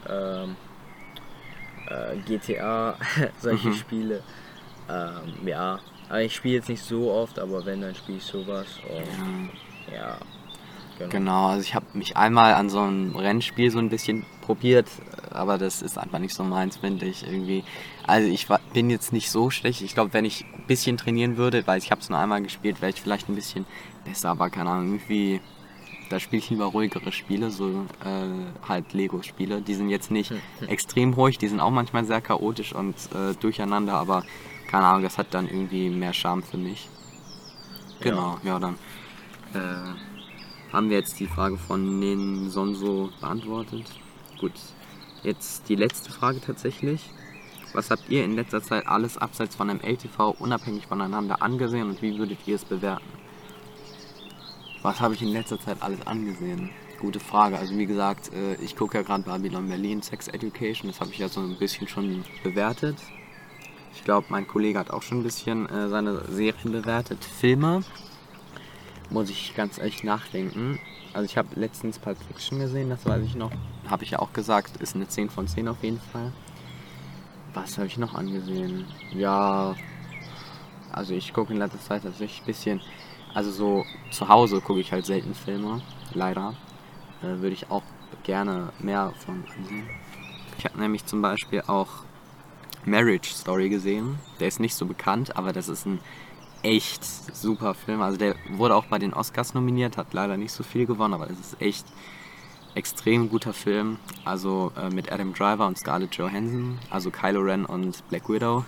GTA, solche Spiele. Ja, aber ich spiele jetzt nicht so oft, aber wenn, dann spiele ich sowas. Und, ja. Genau, also ich habe mich einmal an so einem Rennspiel so ein bisschen probiert, aber das ist einfach nicht so meins, finde ich irgendwie. Also ich bin jetzt nicht so schlecht. Ich glaube, wenn ich ein bisschen trainieren würde, weil ich habe es nur einmal gespielt, wäre ich vielleicht ein bisschen besser, aber keine Ahnung, irgendwie, da spiele ich lieber ruhigere Spiele, so halt Lego-Spiele. Die sind jetzt nicht extrem ruhig, die sind auch manchmal sehr chaotisch und durcheinander, aber keine Ahnung, das hat dann irgendwie mehr Charme für mich. Genau, ja dann haben wir jetzt die Frage von Nensonso beantwortet. Gut, jetzt die letzte Frage tatsächlich. Was habt ihr in letzter Zeit alles abseits von einem LTV unabhängig voneinander angesehen und wie würdet ihr es bewerten? Was habe ich in letzter Zeit alles angesehen? Gute Frage. Also wie gesagt, ich gucke ja gerade Babylon Berlin, Sex Education. Das habe ich ja so ein bisschen schon bewertet. Ich glaube, mein Kollege hat auch schon ein bisschen seine Serien bewertet. Filme muss ich ganz ehrlich nachdenken. Also ich habe letztens Pulp Fiction gesehen, das weiß ich noch. Habe ich ja auch gesagt, ist eine 10 von 10 auf jeden Fall. Was habe ich noch angesehen? Ja, also ich gucke in letzter Zeit tatsächlich ein bisschen, also so zu Hause gucke ich halt selten Filme, leider. Würde ich auch gerne mehr von ansehen. Ich habe nämlich zum Beispiel auch Marriage Story gesehen. Der ist nicht so bekannt, aber das ist ein echt super Film. Also der wurde auch bei den Oscars nominiert, hat leider nicht so viel gewonnen, aber es ist echt extrem guter Film. Also mit Adam Driver und Scarlett Johansson, also Kylo Ren und Black Widow.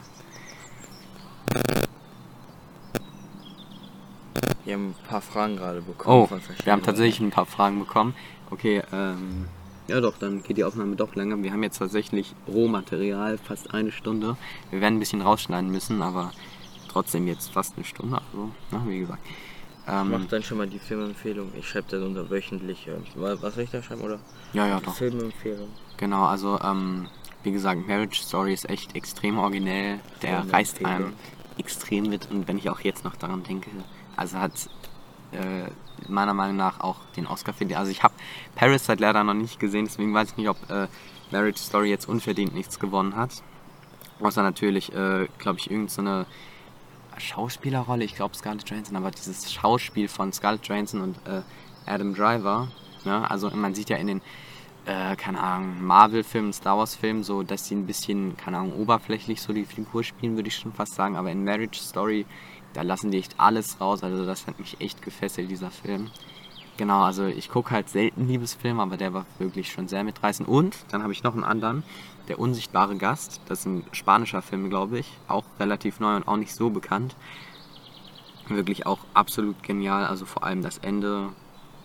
Wir haben ein paar Fragen gerade bekommen. Oh, wir haben tatsächlich ein paar Fragen bekommen. Okay, ja doch, dann geht die Aufnahme doch länger. Wir haben jetzt tatsächlich Rohmaterial, fast eine Stunde. Wir werden ein bisschen rausschneiden müssen, aber trotzdem jetzt fast eine Stunde, also, na, wie gesagt. Ich mach dann schon mal die Filmempfehlung. Ich schreibe dann unter wöchentlich. Was soll ich da schreiben, oder? Ja, doch. Filmempfehlung. Genau, also, wie gesagt, Marriage Story ist echt extrem originell. Der reißt einem extrem mit und wenn ich auch jetzt noch daran denke, also hat meiner Meinung nach auch den Oscar verdient. Also ich habe Parasite leider noch nicht gesehen, deswegen weiß ich nicht, ob Marriage Story jetzt unverdient nichts gewonnen hat. Außer natürlich, glaube ich, irgendeine Schauspielerrolle, ich glaube Scarlett Johansson, aber dieses Schauspiel von Scarlett Johansson und Adam Driver, ne? Also man sieht ja in den, keine Ahnung, Marvel-Filmen, Star Wars-Filmen, so, dass sie ein bisschen, keine Ahnung, oberflächlich so die Figur spielen, würde ich schon fast sagen, aber in Marriage Story, da lassen die echt alles raus, also das hat mich echt gefesselt, dieser Film. Genau, also ich gucke halt selten Liebesfilme, aber der war wirklich schon sehr mitreißend. Und dann habe ich noch einen anderen, Der unsichtbare Gast. Das ist ein spanischer Film, glaube ich. Auch relativ neu und auch nicht so bekannt. Wirklich auch absolut genial. Also vor allem das Ende.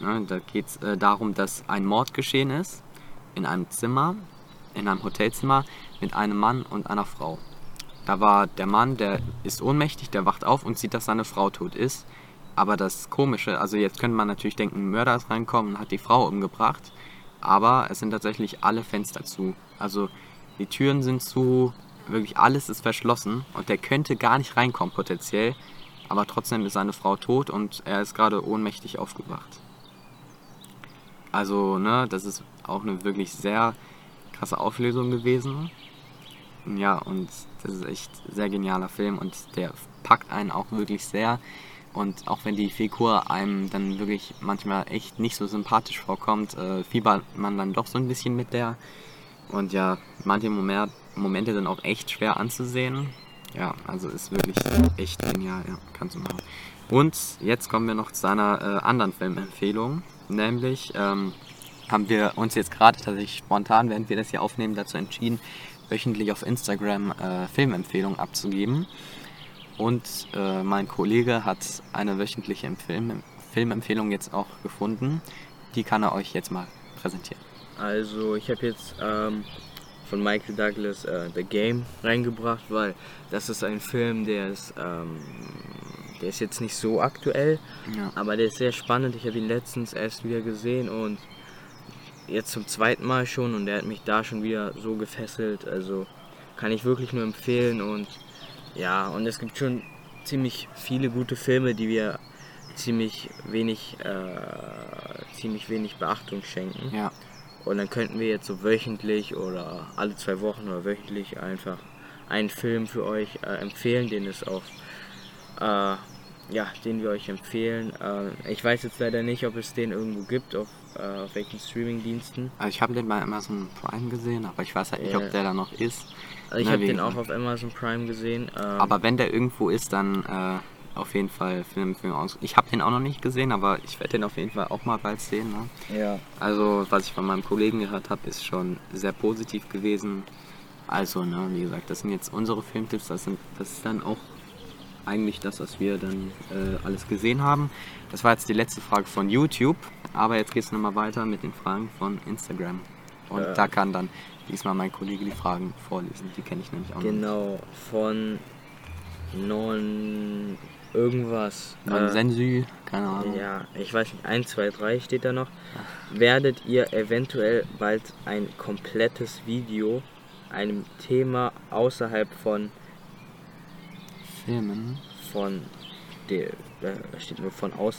Ne? Da geht es darum, dass ein Mord geschehen ist in einem Zimmer, in einem Hotelzimmer mit einem Mann und einer Frau. Da war der Mann, der ist ohnmächtig, der wacht auf und sieht, dass seine Frau tot ist. Aber das Komische, also jetzt könnte man natürlich denken, ein Mörder ist reingekommen und hat die Frau umgebracht. Aber es sind tatsächlich alle Fenster zu. Also die Türen sind zu, wirklich alles ist verschlossen und der könnte gar nicht reinkommen potenziell. Aber trotzdem ist seine Frau tot und er ist gerade ohnmächtig aufgewacht. Also, ne, das ist auch eine wirklich sehr krasse Auflösung gewesen. Ja, und das ist echt ein sehr genialer Film und der packt einen auch wirklich sehr. Und auch wenn die Figur einem dann wirklich manchmal echt nicht so sympathisch vorkommt, fiebert man dann doch so ein bisschen mit der. Und ja, manche Momente sind auch echt schwer anzusehen. Ja, also ist wirklich echt genial, ja, kannst du machen. Und jetzt kommen wir noch zu einer anderen Filmempfehlung. Nämlich haben wir uns jetzt gerade tatsächlich spontan, während wir das hier aufnehmen, dazu entschieden, wöchentlich auf Instagram Filmempfehlungen abzugeben. Und mein Kollege hat eine wöchentliche Filmempfehlung jetzt auch gefunden. Die kann er euch jetzt mal präsentieren. Also ich habe jetzt von Michael Douglas The Game reingebracht, weil das ist ein Film, der ist jetzt nicht so aktuell, Ja. aber der ist sehr spannend. Ich habe ihn letztens erst wieder gesehen und jetzt zum zweiten Mal schon und der hat mich da schon wieder so gefesselt. Also kann ich wirklich nur empfehlen und ja, und es gibt schon ziemlich viele gute Filme, die wir ziemlich wenig Beachtung schenken. Ja. Und dann könnten wir jetzt so wöchentlich oder alle 2 Wochen oder wöchentlich einfach einen Film für euch empfehlen, den wir euch empfehlen. Ich weiß jetzt leider nicht, ob es den irgendwo gibt, auf welchen Streaming-Diensten. Also ich habe den bei Amazon Prime gesehen, aber ich weiß halt nicht, ob der da noch ist. Also ich habe den auch auf Amazon Prime gesehen. Aber wenn der irgendwo ist, dann auf jeden Fall Filmempfehlung aus. Ich habe den auch noch nicht gesehen, aber ich werde den auf jeden Fall auch mal bald sehen. Ne? Ja. Also was ich von meinem Kollegen gehört habe, ist schon sehr positiv gewesen. Also, ne, wie gesagt, das sind jetzt unsere Filmtipps. Das ist dann auch eigentlich das, was wir dann alles gesehen haben. Das war jetzt die letzte Frage von YouTube, aber jetzt geht es nochmal weiter mit den Fragen von Instagram. Und da kann dann diesmal mein Kollege die Fragen vorlesen, die kenne ich nämlich auch noch. Genau, von Non irgendwas. Sensü, keine Ahnung. Ja, ich weiß nicht, 1, 2, 3 steht da noch. Werdet ihr eventuell bald ein komplettes Video einem Thema außerhalb von Filmen? Da steht nur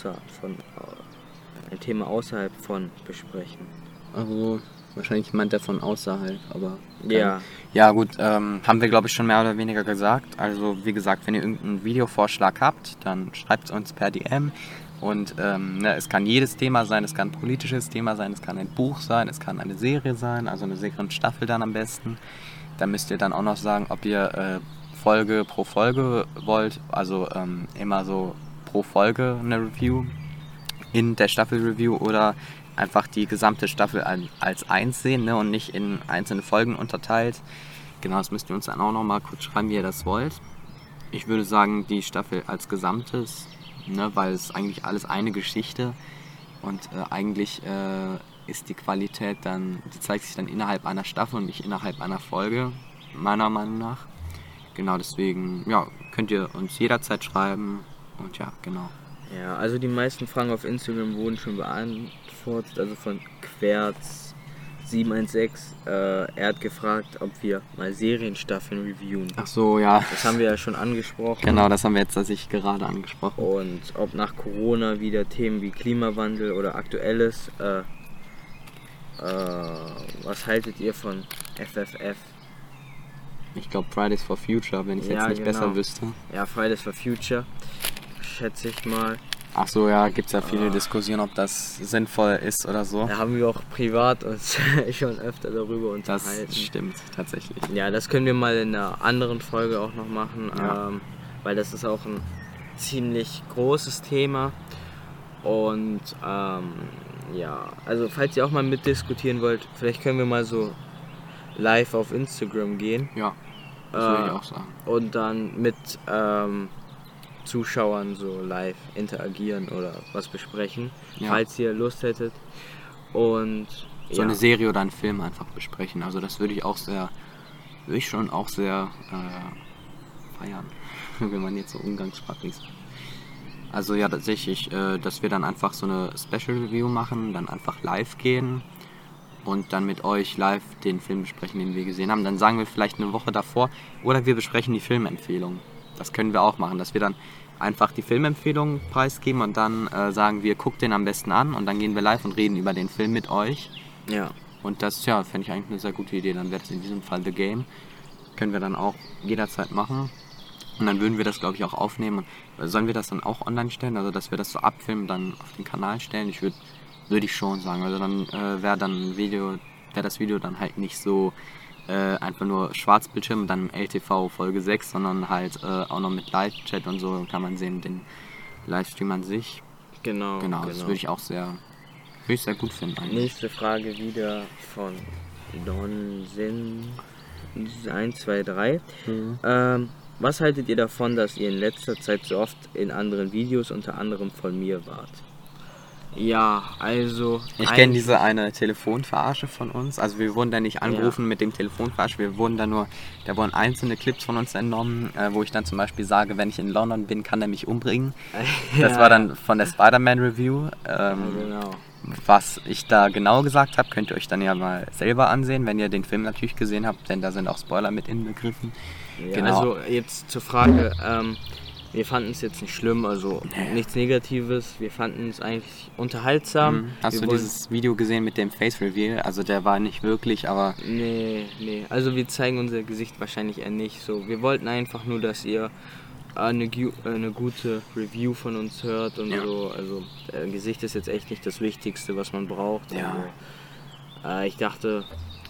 ein Thema außerhalb von besprechen. Also wahrscheinlich meint er von außerhalb, aber... Ja. Ja gut, haben wir glaube ich schon mehr oder weniger gesagt. Also wie gesagt, wenn ihr irgendeinen Videovorschlag habt, dann schreibt es uns per DM. Und es kann jedes Thema sein, es kann ein politisches Thema sein, es kann ein Buch sein, es kann eine Serie sein, also eine Serienstaffel dann am besten. Da müsst ihr dann auch noch sagen, ob ihr Folge pro Folge wollt, also immer so pro Folge eine Review in der Staffel-Review oder einfach die gesamte Staffel als eins sehen, ne, und nicht in einzelne Folgen unterteilt. Genau, das müsst ihr uns dann auch noch mal kurz schreiben, wie ihr das wollt. Ich würde sagen, die Staffel als Gesamtes, ne, weil es eigentlich alles eine Geschichte und eigentlich ist die Qualität dann, die zeigt sich dann innerhalb einer Staffel und nicht innerhalb einer Folge, meiner Meinung nach. Genau, deswegen, ja, könnt ihr uns jederzeit schreiben und ja, genau. Ja, also die meisten Fragen auf Instagram wurden schon beantwortet, also von Querz716. Er hat gefragt, ob wir mal Serienstaffeln reviewen. Ach so, ja. Das haben wir ja schon angesprochen. Genau, das haben wir jetzt tatsächlich gerade angesprochen. Und ob nach Corona wieder Themen wie Klimawandel oder Aktuelles, was haltet ihr von FFF? Ich glaube Fridays for Future, wenn ich jetzt nicht besser wüsste. Ja, Fridays for Future, schätze ich mal. Ach so, ja, gibt es ja viele Diskussionen, ob das sinnvoll ist oder so. Da haben wir auch privat uns schon öfter darüber unterhalten. Das stimmt, tatsächlich. Ja, das können wir mal in einer anderen Folge auch noch machen, Ja. weil das ist auch ein ziemlich großes Thema. Und ja, also falls ihr auch mal mitdiskutieren wollt, vielleicht können wir mal so live auf Instagram gehen. Ja, das würde ich auch sagen. Und dann mit Zuschauern so live interagieren oder was besprechen, Ja. falls ihr Lust hättet. Und So eine Serie oder einen Film einfach besprechen. Also das würde ich schon auch sehr feiern, wenn man jetzt so umgangssprachlich sagt. Also ja, tatsächlich, dass wir dann einfach so eine Special Review machen, dann einfach live gehen und dann mit euch live den Film besprechen, den wir gesehen haben. Dann sagen wir vielleicht eine Woche davor oder wir besprechen die Filmempfehlung. Das können wir auch machen, dass wir dann einfach die Filmempfehlung preisgeben und dann sagen wir, guckt den am besten an und dann gehen wir live und reden über den Film mit euch. Ja. Und das, ja, fände ich eigentlich eine sehr gute Idee. Dann wäre das in diesem Fall The Game. Können wir dann auch jederzeit machen. Und dann würden wir das, glaube ich, auch aufnehmen. Sollen wir das dann auch online stellen? Also, dass wir das so abfilmen, dann auf den Kanal stellen? Würde ich schon sagen. Also, dann wäre das Video dann halt nicht so einfach nur Schwarzbildschirm, dann LTV Folge 6, sondern halt auch noch mit Live-Chat und so kann man sehen, den Livestream an sich. Genau. Das würde ich auch sehr gut finden eigentlich. Nächste Frage wieder von Donsin 123. Was haltet ihr davon, dass ihr in letzter Zeit so oft in anderen Videos, unter anderem von mir, wart? Ja, also... Ich kenne diese eine Telefonverarsche von uns. Also wir wurden da nicht angerufen mit dem Telefonverarsche, da wurden einzelne Clips von uns entnommen, wo ich dann zum Beispiel sage, wenn ich in London bin, kann er mich umbringen. Das war dann von der Spider-Man Review. Genau. Was ich da genau gesagt habe, könnt ihr euch dann ja mal selber ansehen, wenn ihr den Film natürlich gesehen habt, denn da sind auch Spoiler mit inbegriffen. Ja, genau. Also jetzt zur Frage, wir fanden es jetzt nicht schlimm, also nichts Negatives, wir fanden es eigentlich unterhaltsam. Hast du dieses Video gesehen mit dem Face Reveal? Also der war nicht wirklich, aber... Nee, also wir zeigen unser Gesicht wahrscheinlich eher nicht so. Wir wollten einfach nur, dass ihr eine gute Review von uns hört und so. Also Gesicht ist jetzt echt nicht das Wichtigste, was man braucht. Ja. Also, ich dachte,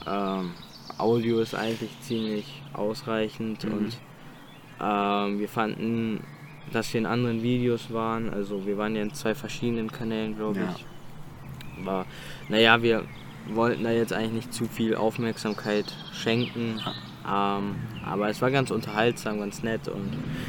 Audio ist eigentlich ziemlich ausreichend und wir fanden, dass wir in anderen Videos waren. Also wir waren ja in 2 verschiedenen Kanälen, glaube ich. Aber wir wollten da jetzt eigentlich nicht zu viel Aufmerksamkeit schenken. Aber es war ganz unterhaltsam, ganz nett und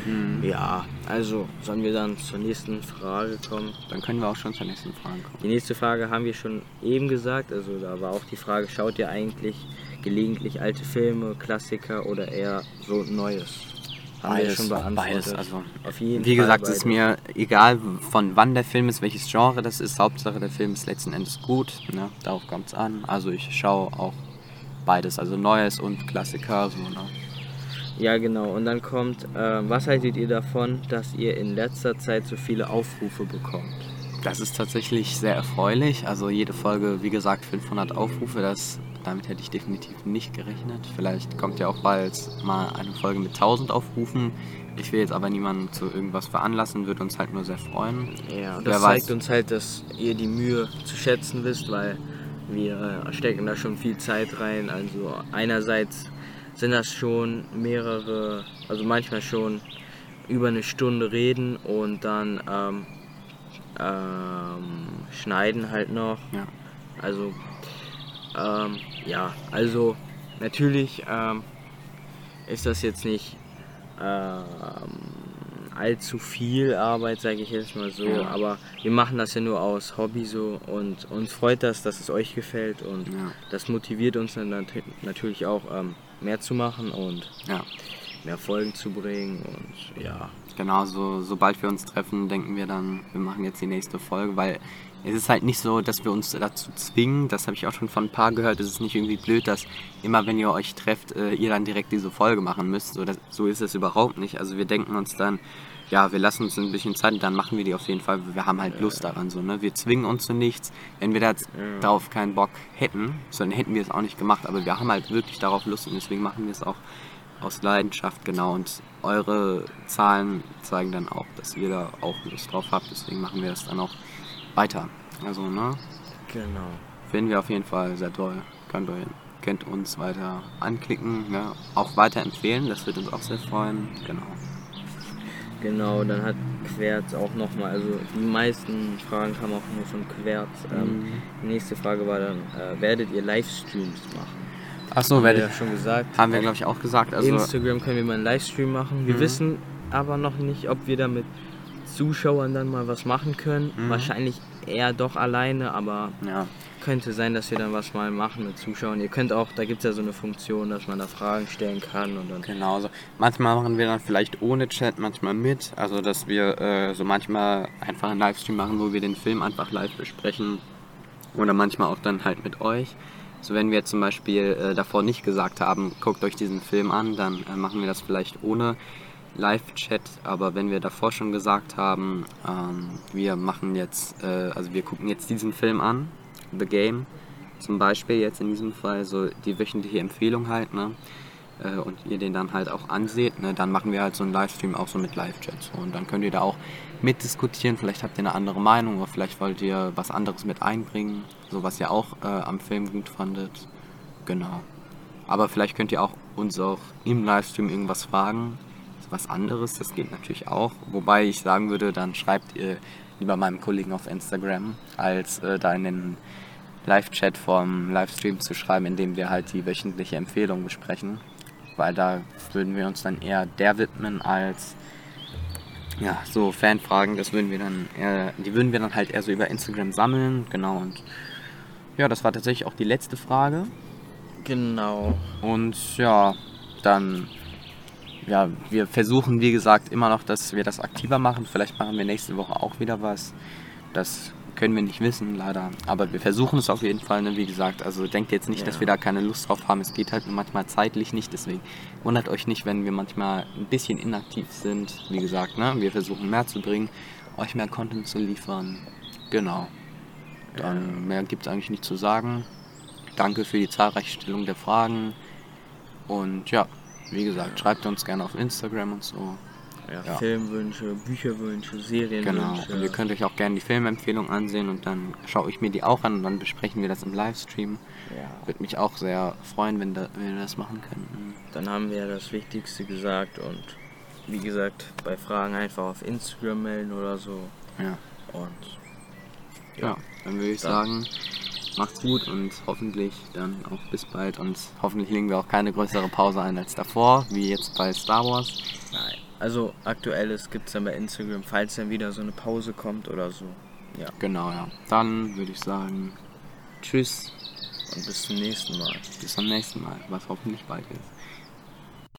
also sollen wir dann zur nächsten Frage kommen? Dann können wir auch schon zur nächsten Frage kommen. Die nächste Frage haben wir schon eben gesagt, also da war auch die Frage, schaut ihr eigentlich gelegentlich alte Filme, Klassiker oder eher so Neues? Haben wir schon beantwortet. Beides, also auf jeden wie Fall gesagt, beides. ist mir egal, von wann der Film ist, welches Genre das ist, Hauptsache der Film ist letzten Endes gut, ne? Darauf kommt es an, also ich schaue auch beides, also Neues und Klassiker, so, ne? Ja, genau. Und dann kommt, was haltet ihr davon, dass ihr in letzter Zeit so viele Aufrufe bekommt? Das ist tatsächlich sehr erfreulich. Also jede Folge, wie gesagt, 500 Aufrufe, damit hätte ich definitiv nicht gerechnet. Vielleicht kommt ja auch bald mal eine Folge mit 1000 Aufrufen. Ich will jetzt aber niemanden zu irgendwas veranlassen, würde uns halt nur sehr freuen. Ja, das zeigt uns halt, dass ihr die Mühe zu schätzen wisst, weil wir stecken da schon viel Zeit rein. Also einerseits sind das schon mehrere, also manchmal schon über eine Stunde reden und dann schneiden halt noch. Ja. Also also natürlich ist das jetzt nicht allzu viel Arbeit, sage ich jetzt mal so, aber wir machen das ja nur aus Hobby so und uns freut das, dass es euch gefällt und das motiviert uns dann natürlich auch mehr zu machen und mehr Folgen zu bringen und Genau, sobald wir uns treffen, denken wir dann, wir machen jetzt die nächste Folge, weil es ist halt nicht so, dass wir uns dazu zwingen, das habe ich auch schon von ein paar gehört, es ist nicht irgendwie blöd, dass immer wenn ihr euch trefft, ihr dann direkt diese Folge machen müsst, so ist es überhaupt nicht, also wir denken uns dann, wir lassen uns ein bisschen Zeit und dann machen wir die auf jeden Fall, wir haben halt Lust daran, so, ne? Wir zwingen uns zu nichts, wenn wir darauf keinen Bock hätten, dann hätten wir es auch nicht gemacht, aber wir haben halt wirklich darauf Lust und deswegen machen wir es auch aus Leidenschaft, genau, und eure Zahlen zeigen dann auch, dass ihr da auch Lust drauf habt, deswegen machen wir das dann auch weiter, also, ne? Genau. Finden wir auf jeden Fall sehr toll, könnt uns weiter anklicken, ne? Auch weiterempfehlen, das wird uns auch sehr freuen, Genau, dann hat Querz auch nochmal, also die meisten Fragen kamen auch nur von Querz. Die nächste Frage war dann, werdet ihr Livestreams machen? Achso, haben wir ja schon gesagt. Haben wir, glaube ich, auch gesagt. Also Instagram können wir mal einen Livestream machen. Wir wissen aber noch nicht, ob wir da mit Zuschauern dann mal was machen können. Wahrscheinlich eher doch alleine, aber könnte sein, dass wir dann was mal machen mit Zuschauern. Ihr könnt auch, da gibt es ja so eine Funktion, dass man da Fragen stellen kann. Und dann Genau, so. Manchmal machen wir dann vielleicht ohne Chat, manchmal mit. Also dass wir so manchmal einfach einen Livestream machen, wo wir den Film einfach live besprechen. Oder manchmal auch dann halt mit euch. So wenn wir jetzt zum Beispiel davor nicht gesagt haben, guckt euch diesen Film an, dann machen wir das vielleicht ohne Live-Chat. Aber wenn wir davor schon gesagt haben, wir machen jetzt, also wir gucken jetzt diesen Film an, The Game zum Beispiel jetzt in diesem Fall, so die wöchentliche Empfehlung halt, ne? Und ihr den dann halt auch anseht, ne? Dann machen wir halt so einen Livestream auch so mit Live-Chat. So. Und dann könnt ihr da auch mitdiskutieren, vielleicht habt ihr eine andere Meinung oder vielleicht wollt ihr was anderes mit einbringen, so was ihr auch am Film gut fandet. Genau. Aber vielleicht könnt ihr auch uns auch im Livestream irgendwas fragen, was anderes, das geht natürlich auch. Wobei ich sagen würde, dann schreibt ihr lieber meinem Kollegen auf Instagram, als da in den Live-Chat vom Livestream zu schreiben, in dem wir halt die wöchentliche Empfehlung besprechen. Weil da würden wir uns dann eher der widmen als so Fanfragen, das würden wir dann die würden wir dann halt eher so über Instagram sammeln, genau. Und ja, das war tatsächlich auch die letzte Frage. genau. Und dann wir versuchen, wie gesagt, immer noch, dass wir das aktiver machen. Vielleicht machen wir nächste Woche auch wieder was. Das können wir nicht wissen, leider. Aber wir versuchen es auf jeden Fall, ne? Wie gesagt. Also denkt jetzt nicht, dass wir da keine Lust drauf haben. Es geht halt manchmal zeitlich nicht. Deswegen wundert euch nicht, wenn wir manchmal ein bisschen inaktiv sind. Wie gesagt, ne? Wir versuchen mehr zu bringen, euch mehr Content zu liefern. Genau. Dann mehr gibt es eigentlich nicht zu sagen. Danke für die zahlreiche Stellung der Fragen. Und wie gesagt, schreibt uns gerne auf Instagram und so. Filmwünsche, Bücherwünsche, Serienwünsche. Genau. Und ihr könnt euch auch gerne die Filmempfehlung ansehen und dann schaue ich mir die auch an und dann besprechen wir das im Livestream. Würde mich auch sehr freuen, wenn wir das machen könnten. Dann haben wir ja das Wichtigste gesagt und wie gesagt, bei Fragen einfach auf Instagram melden oder so. Ja. Und dann würde ich sagen, macht's gut und hoffentlich dann auch bis bald und hoffentlich legen wir auch keine größere Pause ein als davor, wie jetzt bei Star Wars. Nein. Also Aktuelles gibt es dann bei Instagram, falls dann wieder so eine Pause kommt oder so. Ja. Genau, Dann würde ich sagen, tschüss. Und bis zum nächsten Mal. Bis zum nächsten Mal, was hoffentlich bald ist.